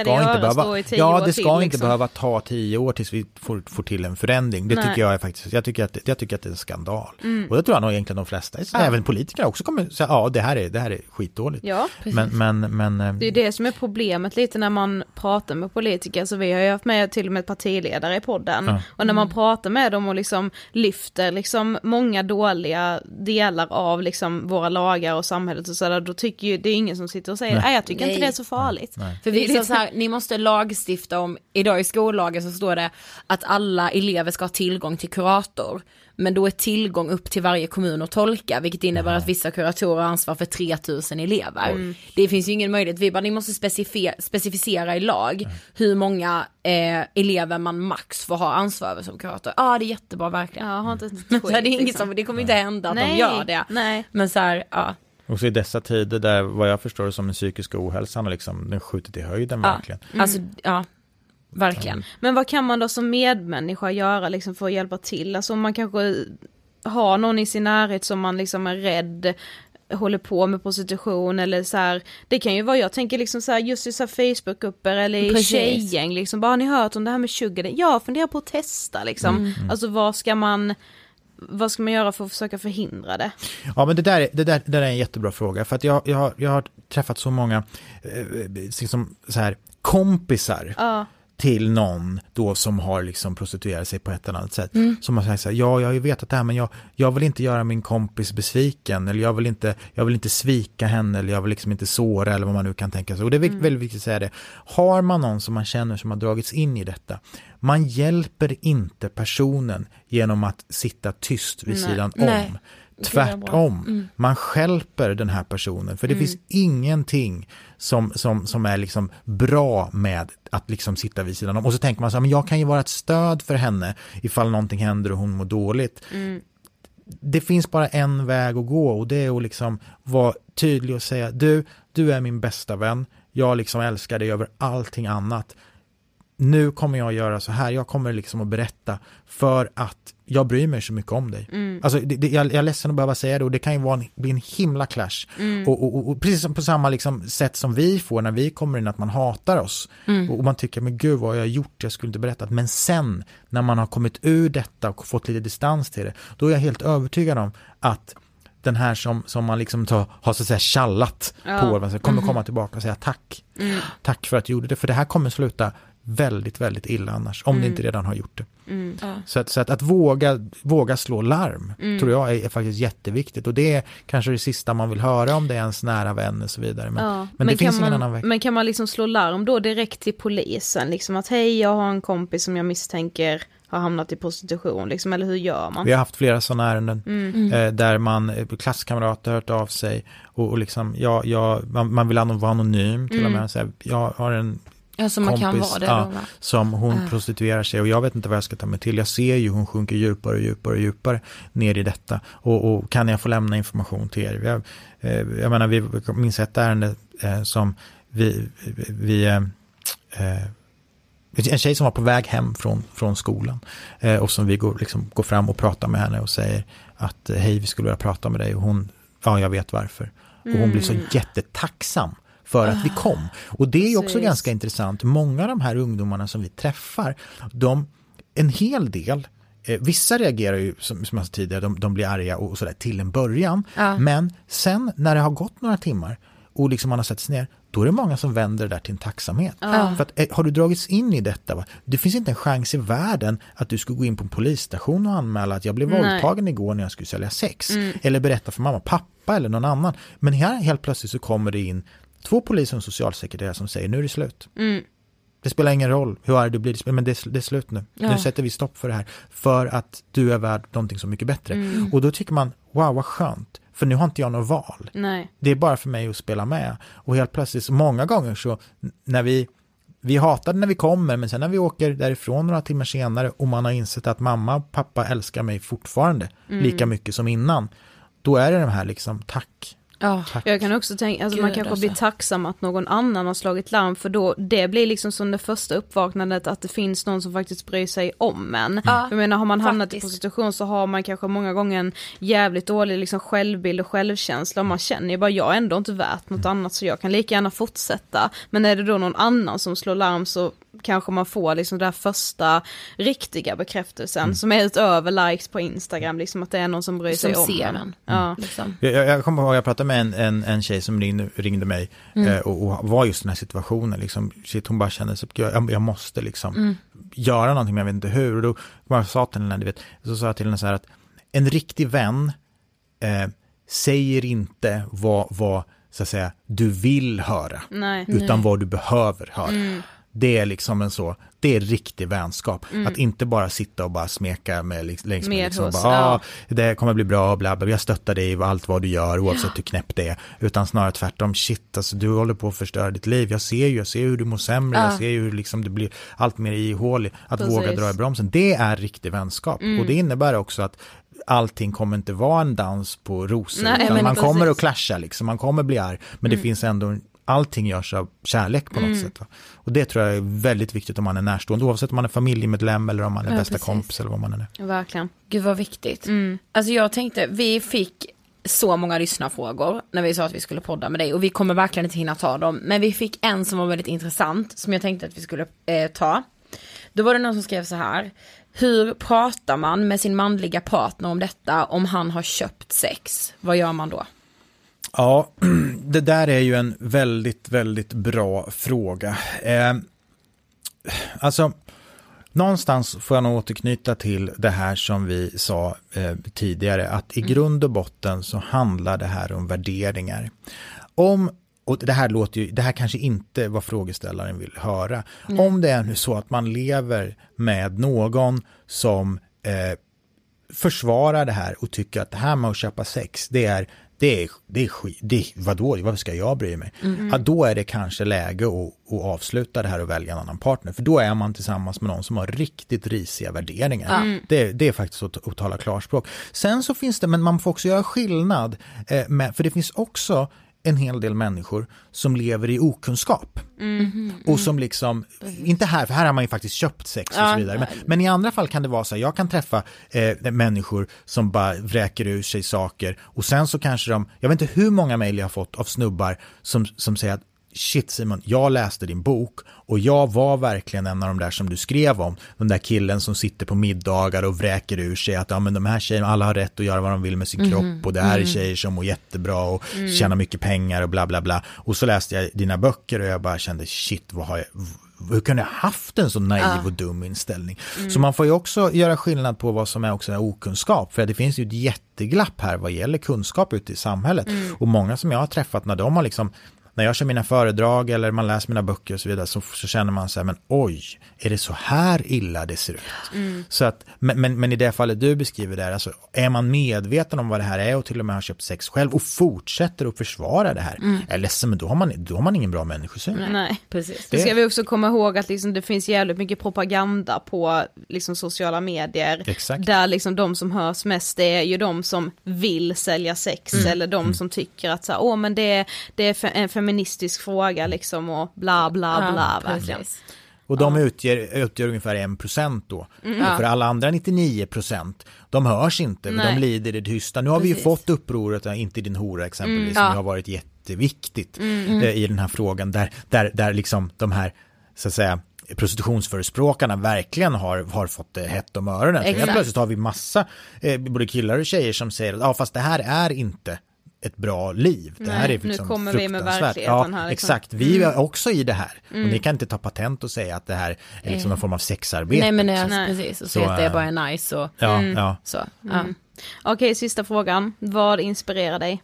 ska inte behöva ta 10 år tills vi får till en förändring. Det tycker jag är faktiskt, jag tycker att det är en skandal. Och det tror jag nog egentligen de flesta, även politiker också kommer säga, det här är skitdåligt. Ja, men det är det som är problemet lite när man pratar med politiker. Så vi har ju haft med till och med partiledare i podden. Och när man pratar med dem och liksom lyfter liksom många dåliga delar av liksom våra lagar och samhället och så, då tycker ju det är ingen som sitter och säger nej, jag tycker inte det är så farligt. Nej. För vi är så här, ni måste lagstifta om, idag i skollagen så står det att alla elever ska ha tillgång till kurator. Men då är tillgång upp till varje kommun att tolka, vilket innebär att vissa kuratorer har ansvar för 3000 elever. Det finns ju ingen möjlighet. Ni måste specificera i lag hur många elever man max får ha ansvar över som kurator. Ja, det är jättebra verkligen. Ja, har inte skit, det är inget som, det kommer inte hända att de gör det. Nej. Men så här, Och så i dessa tider där, vad jag förstår det som den psykiska ohälsan och liksom, den skjuter till höjden verkligen. Alltså, verkligen. Men vad kan man då som medmänniska göra liksom för att hjälpa till? Alltså om man kanske har någon i sin närhet som man liksom är rädd, håller på med prostitution eller så här. Det kan ju vara, jag tänker liksom så här, just i så här Facebookgrupper eller i tjejgäng liksom, bara har ni hört om det här med sugar? Jag funderar på att testa liksom. Alltså vad ska man göra för att försöka förhindra det? Ja, men det där är en jättebra fråga, för att jag har träffat så många liksom så här kompisar till någon då som har liksom prostituerat sig på ett eller annat sätt. Som har sagt så här, jag har ju vetat det här, men jag vill inte göra min kompis besviken, eller jag vill inte svika henne, eller jag vill liksom inte såra, eller vad man nu kan tänka sig. Och det är väldigt viktigt att säga det. Har man någon som man känner som har dragits in i detta, man hjälper inte personen genom att sitta tyst vid sidan om. Tvärtom. Man hjälper den här personen, för det finns ingenting som är liksom bra med att liksom sitta vid sidan om. Och så tänker man så här, men jag kan ju vara ett stöd för henne ifall någonting händer och hon mår dåligt. Det finns bara en väg att gå, och det är att liksom vara tydlig och säga, du är min bästa vän, jag liksom älskar dig över allting annat. Nu kommer jag göra så här, jag kommer liksom att berätta för att jag bryr mig så mycket om dig. Alltså, jag är ledsen att behöva säga det, och det kan ju bli en himla clash. Och precis som på samma liksom sätt som vi får när vi kommer in, att man hatar oss. Och man tycker, men gud vad jag har gjort, jag skulle inte berättat. Men sen, när man har kommit ur detta och fått lite distans till det, då är jag helt övertygad om att den här som man liksom har så att säga tjallat på, kommer komma tillbaka och säga tack. Tack för att du gjorde det, för det här kommer sluta väldigt, väldigt illa annars, om det inte redan har gjort det. Så att våga slå larm tror jag är faktiskt jätteviktigt, och det är kanske det sista man vill höra om det är ens nära vän och så vidare. Men det finns ingen annan väg. Men kan man liksom slå larm då direkt till polisen? Liksom att hej, jag har en kompis som jag misstänker har hamnat i prostitution, liksom, eller hur gör man? Vi har haft flera sådana ärenden där klasskamrater har hört av sig och liksom, man vill vara anonym till och med. Så här, jag har en som man kompis, kan vara det som hon prostituerar sig, och jag vet inte vad jag ska ta mig till. Jag ser ju hon sjunker djupare och djupare och djupare ner i detta, och kan jag få lämna information till er? Jag menar, vi minns ett ärende som vi en tjej som var på väg hem från skolan och som vi går fram och pratar med henne och säger att hej, vi skulle vilja prata med dig, och hon, ja, jag vet varför. Och hon blir så jättetacksam för att vi kom. Och det är också ganska intressant. Många av de här ungdomarna som vi träffar, en hel del, vissa reagerar ju som jag sa tidigare, de blir arga och sådär till en början. Men sen när det har gått några timmar och liksom man har sett sig ner, då är det många som vänder det där till en tacksamhet. För att har du dragits in i detta, va? Det finns inte en chans i världen att du skulle gå in på en polisstation och anmäla att jag blev våldtagen igår när jag skulle sälja sex. Eller berätta för mamma, pappa eller någon annan. Men här helt plötsligt så kommer det in 2 poliser och en socialsekreterare som säger, nu är det slut. Det spelar ingen roll hur arg du blir, men det är slut nu. Nu sätter vi stopp för det här. För att du är värd någonting så mycket bättre. Och då tycker man, wow, vad skönt. För nu har inte jag något val. Nej. Det är bara för mig att spela med. Och helt plötsligt, så många gånger så, när vi hatade när vi kommer, men sen när vi åker därifrån några timmar senare och man har insett att mamma och pappa älskar mig fortfarande lika mycket som innan, då är det de här liksom, tack. Jag kan också tänka, alltså man kanske blir tacksam att någon annan har slagit larm, för då det blir liksom som det första uppvaknandet, att det finns någon som faktiskt bryr sig om en. Jag menar, har man hamnat i prostitution så har man kanske många gånger en jävligt dålig liksom självbild och självkänsla, och man känner ju bara, jag är ändå inte värt något annat, så jag kan lika gärna fortsätta. Men är det då någon annan som slår larm, så kanske man får liksom den där första riktiga bekräftelsen som är utöver likes på Instagram, liksom att det är någon som bryr sig om en. Liksom. Jag kommer ihåg, jag pratade med en tjej som ringde mig och var just i den här situationen liksom, shit, hon bara kände sig, jag måste liksom göra någonting, men jag vet inte hur. Och då sa jag till henne, så sa jag till henne så här, att en riktig vän säger inte vad så att säga du vill höra, utan vad du behöver höra. Det är liksom det är riktig vänskap. Att inte bara sitta och bara smeka längs med liksom, det kommer bli bra, bla bla, jag stöttar dig i allt vad du gör, oavsett hur knäppt det är. Utan snarare tvärtom, shit, alltså, du håller på att förstöra ditt liv. Jag ser hur du mår sämre, jag ser hur liksom, det blir allt mer ihålig. Att våga dra i bromsen, det är riktig vänskap. Och det innebär också att allting kommer inte vara en dans på rosor. Utan man kommer att clasha, liksom, man kommer bli arg. Men det finns ändå, allting görs av kärlek på något sätt. Va? Och det tror jag är väldigt viktigt om man är närstående, oavsett om man är familjemedlem eller om man är bästa kompis eller vad man är. Verkligen. Gud vad viktigt. Alltså jag tänkte, vi fick så många lyssnarfrågor när vi sa att vi skulle podda med dig, och vi kommer verkligen inte hinna ta dem. Men vi fick en som var väldigt intressant, som jag tänkte att vi skulle ta. Då var det någon som skrev så här: hur pratar man med sin manliga partner om detta om han har köpt sex? Vad gör man då? Ja, det där är ju en väldigt, väldigt bra fråga. Alltså, någonstans får jag nog återknyta till det här som vi sa tidigare, att i grund och botten så handlar det här om värderingar. Och det här kanske inte vad frågeställaren vill höra. Om det är nu så att man lever med någon som försvarar det här och tycker att det här med att köpa sex, det är skit. Vadå? Varför ska jag bry mig? Ja, då är det kanske läge att avsluta det här och välja en annan partner. För då är man tillsammans med någon som har riktigt risiga värderingar. Det är faktiskt att tala klarspråk. Sen så finns det, men man får också göra skillnad. För det finns också en hel del människor som lever i okunskap. Och som liksom, inte här, för här har man ju faktiskt köpt sex och så vidare. Men i andra fall kan det vara så här, jag kan träffa människor som bara vräker ur sig saker, och sen så kanske jag vet inte hur många mejl jag har fått av snubbar som säger att shit Simon, jag läste din bok och jag var verkligen en av de där som du skrev om, den där killen som sitter på middagar och vräker ur sig att men de här tjejerna, alla har rätt att göra vad de vill med sin kropp, och det här är tjejer som mår jättebra och tjänar mycket pengar och bla bla bla. Och så läste jag dina böcker och jag bara kände shit, hur kunde jag haft en så naiv och dum inställning? Så man får ju också göra skillnad på vad som är också en okunskap, för det finns ju ett jätteglapp här vad gäller kunskap ute i samhället. Och många som jag har träffat, när de har liksom, när jag kör mina föredrag eller man läser mina böcker och så vidare, så känner man så här, men oj, är det så här illa det ser ut? Så att, men i det fallet du beskriver där, alltså, är man medveten om vad det här är och till och med har köpt sex själv och fortsätter att försvara det här, är ledsen, men då har man ingen bra människosyn. Nej, precis. Det ska vi också komma ihåg, att liksom, det finns jävligt mycket propaganda på liksom, sociala medier. Exakt. Där liksom, de som hörs mest, det är ju de som vill sälja sex, eller de som tycker att så här, men det är en feministisk fråga liksom, och bla bla bla, verkligen. Och de utgör ungefär 1% då. Och för alla andra 99%, de hörs inte, men de lider det tysta. Nu har vi ju fått upproret, inte din hora exempelvis, som har varit jätteviktigt i den här frågan, där liksom de här, så att säga, prostitutionsförespråkarna verkligen har fått hett om öronen. För helt plötsligt har vi massa både killar och tjejer som säger att fast det här är inte ett bra liv. Det här är liksom nu kommer vi med verkligheten här. Liksom. Exakt, vi är också i det här. Och ni kan inte ta patent och säga att det här är liksom någon form av sexarbete. Nej, men precis. Och så att det bara är nice. Och, Okej, sista frågan. Vad inspirerar dig?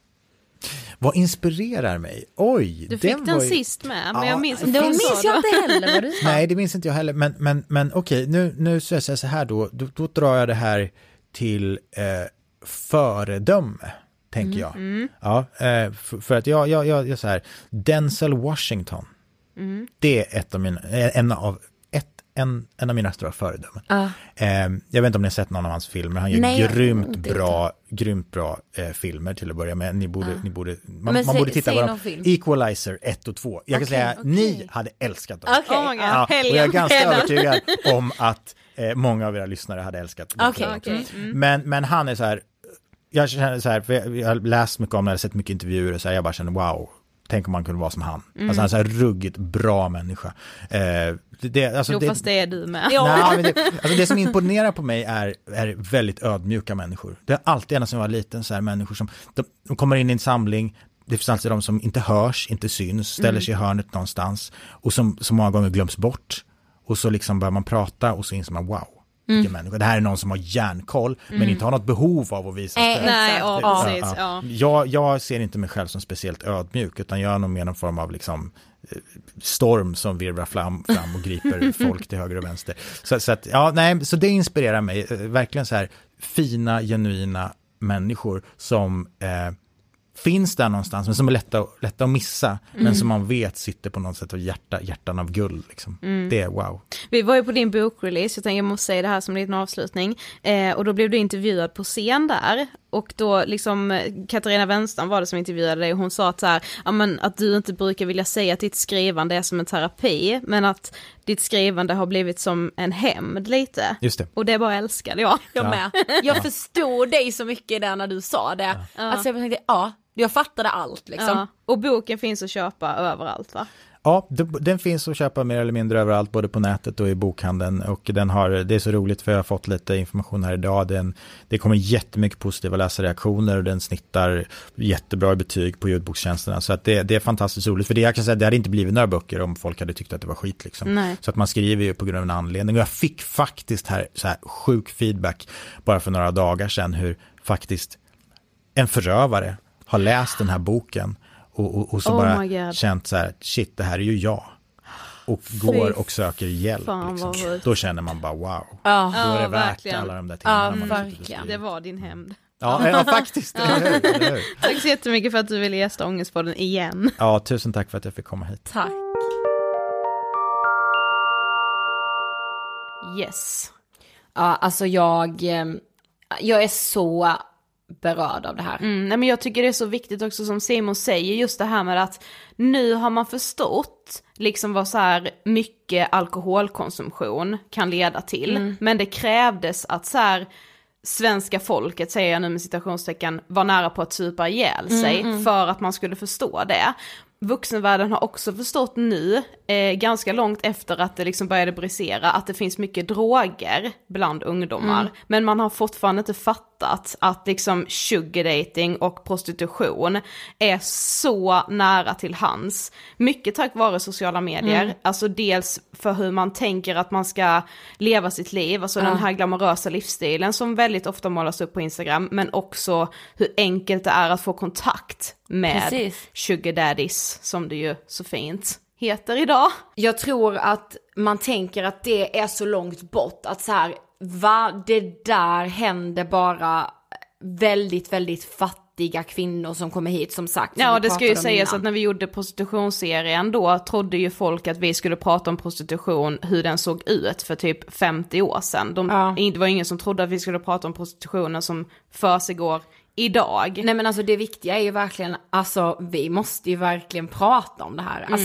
Vad inspirerar mig? Oj, du fick den sist med, men jag minns jag inte heller vad du sa. Nej, det minns inte jag heller. Men okej, nu så jag säger så här då drar jag det här till föredöme, tänker jag. Ja, för att jag så här, Denzel Washington. Det är en av mina stora föredömen. Jag vet inte om ni har sett någon av hans filmer. Han gör grymt bra filmer till att börja med. Man borde titta på dem. Equalizer 1 och 2. Jag kan säga ni hade älskat dem. Och jag är ganska övertygad om att många av era lyssnare hade älskat dem. Men han är så här, jag känner så här, för jag har läst mycket om det, jag har sett mycket intervjuer och så här, jag bara känner wow. Tänk om man kunde vara som han. Alltså han är så här ruggigt bra människa. Fast det är du med. Det som imponerar på mig är väldigt ödmjuka människor. Det är alltid en som var liten så här människor som de kommer in i en samling. Det finns alltid de som inte hörs, inte syns, ställer sig i hörnet någonstans och som många gånger glöms bort. Och så liksom börjar man prata och så inser man wow. Det här är någon som har järnkoll men inte har något behov av att visa sig. Jag ser inte mig själv som speciellt ödmjuk, utan jag är nog mer någon form av liksom storm som virvlar fram och griper folk till höger och vänster. Så det inspirerar mig verkligen, så här fina, genuina människor som finns där någonstans, men som är lätta att missa, men som man vet sitter på något sätt av hjärtan av guld liksom. Det är wow. Vi var ju på din bokrelease, jag måste säga det här som en liten avslutning, och då blev du intervjuad på scen där, och då liksom Katarina Wenstam var det som intervjuade dig, och hon sa att så här, att du inte brukar vilja säga att ditt skrivande är som en terapi, men att ditt skrivande har blivit som en hämnd lite. Just det. Och det bara älskade jag. Jag med. Jag förstod dig så mycket där när du sa det. Alltså jag tänkte, jag fattade allt liksom. Och boken finns att köpa överallt, va? Ja, den finns att köpa mer eller mindre överallt, både på nätet och i bokhandeln, och det är så roligt för jag har fått lite information här idag. Det kommer jättemycket positiva läsarreaktioner och den snittar jättebra i betyg på ljudbokstjänsterna, så att det är fantastiskt roligt, för det jag kan säga, det hade inte blivit några böcker om folk hade tyckt att det var skit liksom. Så att man skriver ju på grund av en anledning, och jag fick faktiskt så här sjuk feedback bara för några dagar sedan, hur faktiskt en förövare har läst den här boken och så bara känt så här, shit, det här är ju jag. Och går och söker hjälp. Liksom. Då känner man bara wow. Då är det värt alla de där timmarna. Det var din hämnd. Ja, faktiskt. Eller hur? Tack så jättemycket för att du ville gästa Ångestpodden igen. Ja, tusen tack för att jag fick komma hit. Tack. Yes. Ja, alltså jag är så berörd av det här. Nej, men jag tycker det är så viktigt också, som Simon säger, just det här med att nu har man förstått liksom vad så här mycket alkoholkonsumtion kan leda till, men det krävdes att så här svenska folket, säger jag nu med citationstecken, var nära på att supa ihjäl sig för att man skulle förstå det. Vuxenvärlden har också förstått nu, ganska långt efter att det liksom började brisera, att det finns mycket droger bland ungdomar. Men man har fortfarande inte fattat att liksom sugardating och prostitution är så nära till hands. Mycket tack vare sociala medier. Alltså dels för hur man tänker att man ska leva sitt liv, alltså den här glamorösa livsstilen som väldigt ofta målas upp på Instagram, men också hur enkelt det är att få kontakt med sugar daddies, som det ju så fint heter idag. Jag tror att man tänker att det är så långt bort, att så här, det där händer bara väldigt, väldigt fattiga kvinnor som kommer hit, som sagt. Ja, och det ska ju sägas att när vi gjorde prostitutionsserien då trodde ju folk att vi skulle prata om prostitution, hur den såg ut för typ 50 år sedan. Det var ingen som trodde att vi skulle prata om prostitutionen som försiggår idag. Nej, men alltså det viktiga är ju verkligen, alltså vi måste ju verkligen prata om det här. Alltså vad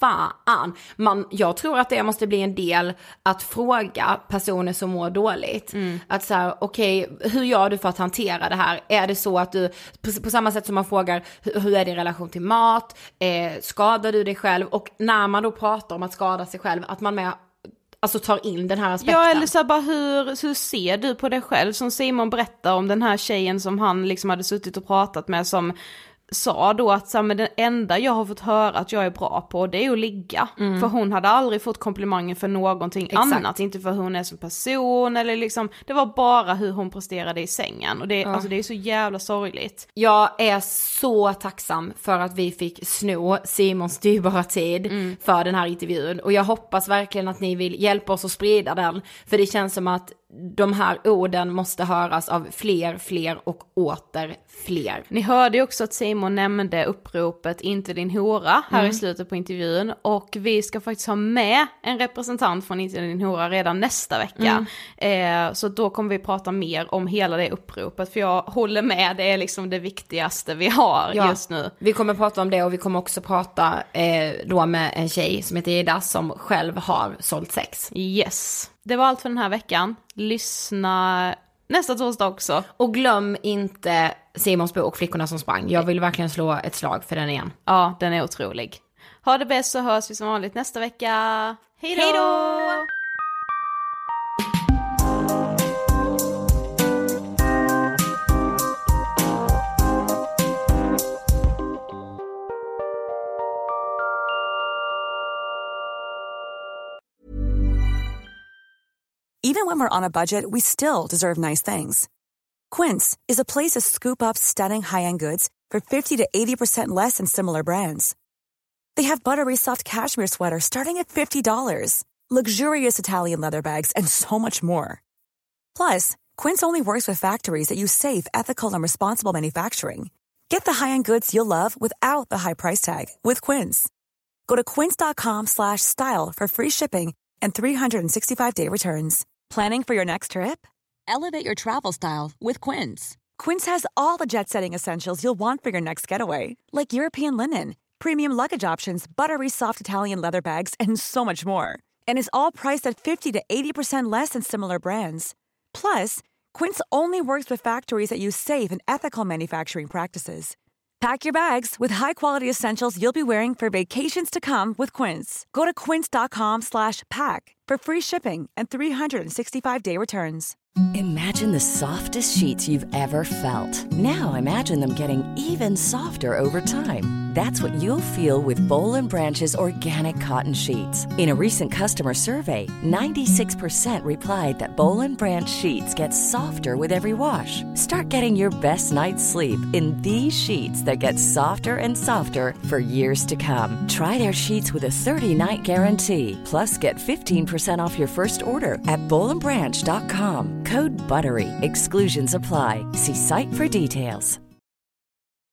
fan. Jag tror att det måste bli en del att fråga personer som mår dåligt. Att så här, okej, hur gör du för att hantera det här? Är det så att du, på samma sätt som man frågar, hur är din relation till mat? Skadar du dig själv? Och när man då pratar om att skada sig själv, att man med alltså tar in den här aspekten. Ja, eller så bara hur ser du på dig själv? Som Simon berättar om den här tjejen som han liksom hade suttit och pratat med, som sa då att så här, men den enda jag har fått höra att jag är bra på, det är att ligga. För hon hade aldrig fått komplimanger för någonting annat, inte för hur hon är som person eller liksom, det var bara hur hon presterade i sängen. Och det, alltså, det är så jävla sorgligt. Jag är så tacksam för att vi fick sno Simons dyrbara tid för den här intervjun, och jag hoppas verkligen att ni vill hjälpa oss att sprida den, för det känns som att de här orden måste höras av fler och åter fler. Ni hörde ju också att Simon nämnde uppropet Inte din hora här i slutet på intervjun, och vi ska faktiskt ha med en representant från Inte din hora redan nästa vecka. Så då kommer vi prata mer om hela det uppropet, för jag håller med, det är liksom det viktigaste vi har just nu. Vi kommer prata om det, och vi kommer också prata då med en tjej som heter Ida som själv har sålt sex. Yes. Det var allt för den här veckan. Lyssna nästa torsdag också. Och glöm inte Simons bok Flickorna som sprang. Jag vill verkligen slå ett slag för den igen. Ja, den är otrolig. Ha det bäst, så hörs vi som vanligt nästa vecka. Hej då! Even when we're on a budget, we still deserve nice things. Quince is a place to scoop up stunning high-end goods for 50 to 80% less than similar brands. They have buttery soft cashmere sweaters starting at $50, luxurious Italian leather bags, and so much more. Plus, Quince only works with factories that use safe, ethical, and responsible manufacturing. Get the high-end goods you'll love without the high price tag with Quince. Go to quince.com/style for free shipping and 365-day returns. Planning for your next trip? Elevate your travel style with Quince. Quince has all the jet-setting essentials you'll want for your next getaway, like European linen, premium luggage options, buttery soft Italian leather bags, and so much more. And is all priced at 50 to 80% less than similar brands. Plus, Quince only works with factories that use safe and ethical manufacturing practices. Pack your bags with high-quality essentials you'll be wearing for vacations to come with Quince. Go to quince.com/pack for free shipping and 365-day returns. Imagine the softest sheets you've ever felt. Now imagine them getting even softer over time. That's what you'll feel with Boll & Branch's organic cotton sheets. In a recent customer survey, 96% replied that Boll & Branch sheets get softer with every wash. Start getting your best night's sleep in these sheets that get softer and softer for years to come. Try their sheets with a 30-night guarantee. Plus, get 15% off your first order at bollandbranch.com. Code BUTTERY. Exclusions apply. See site for details.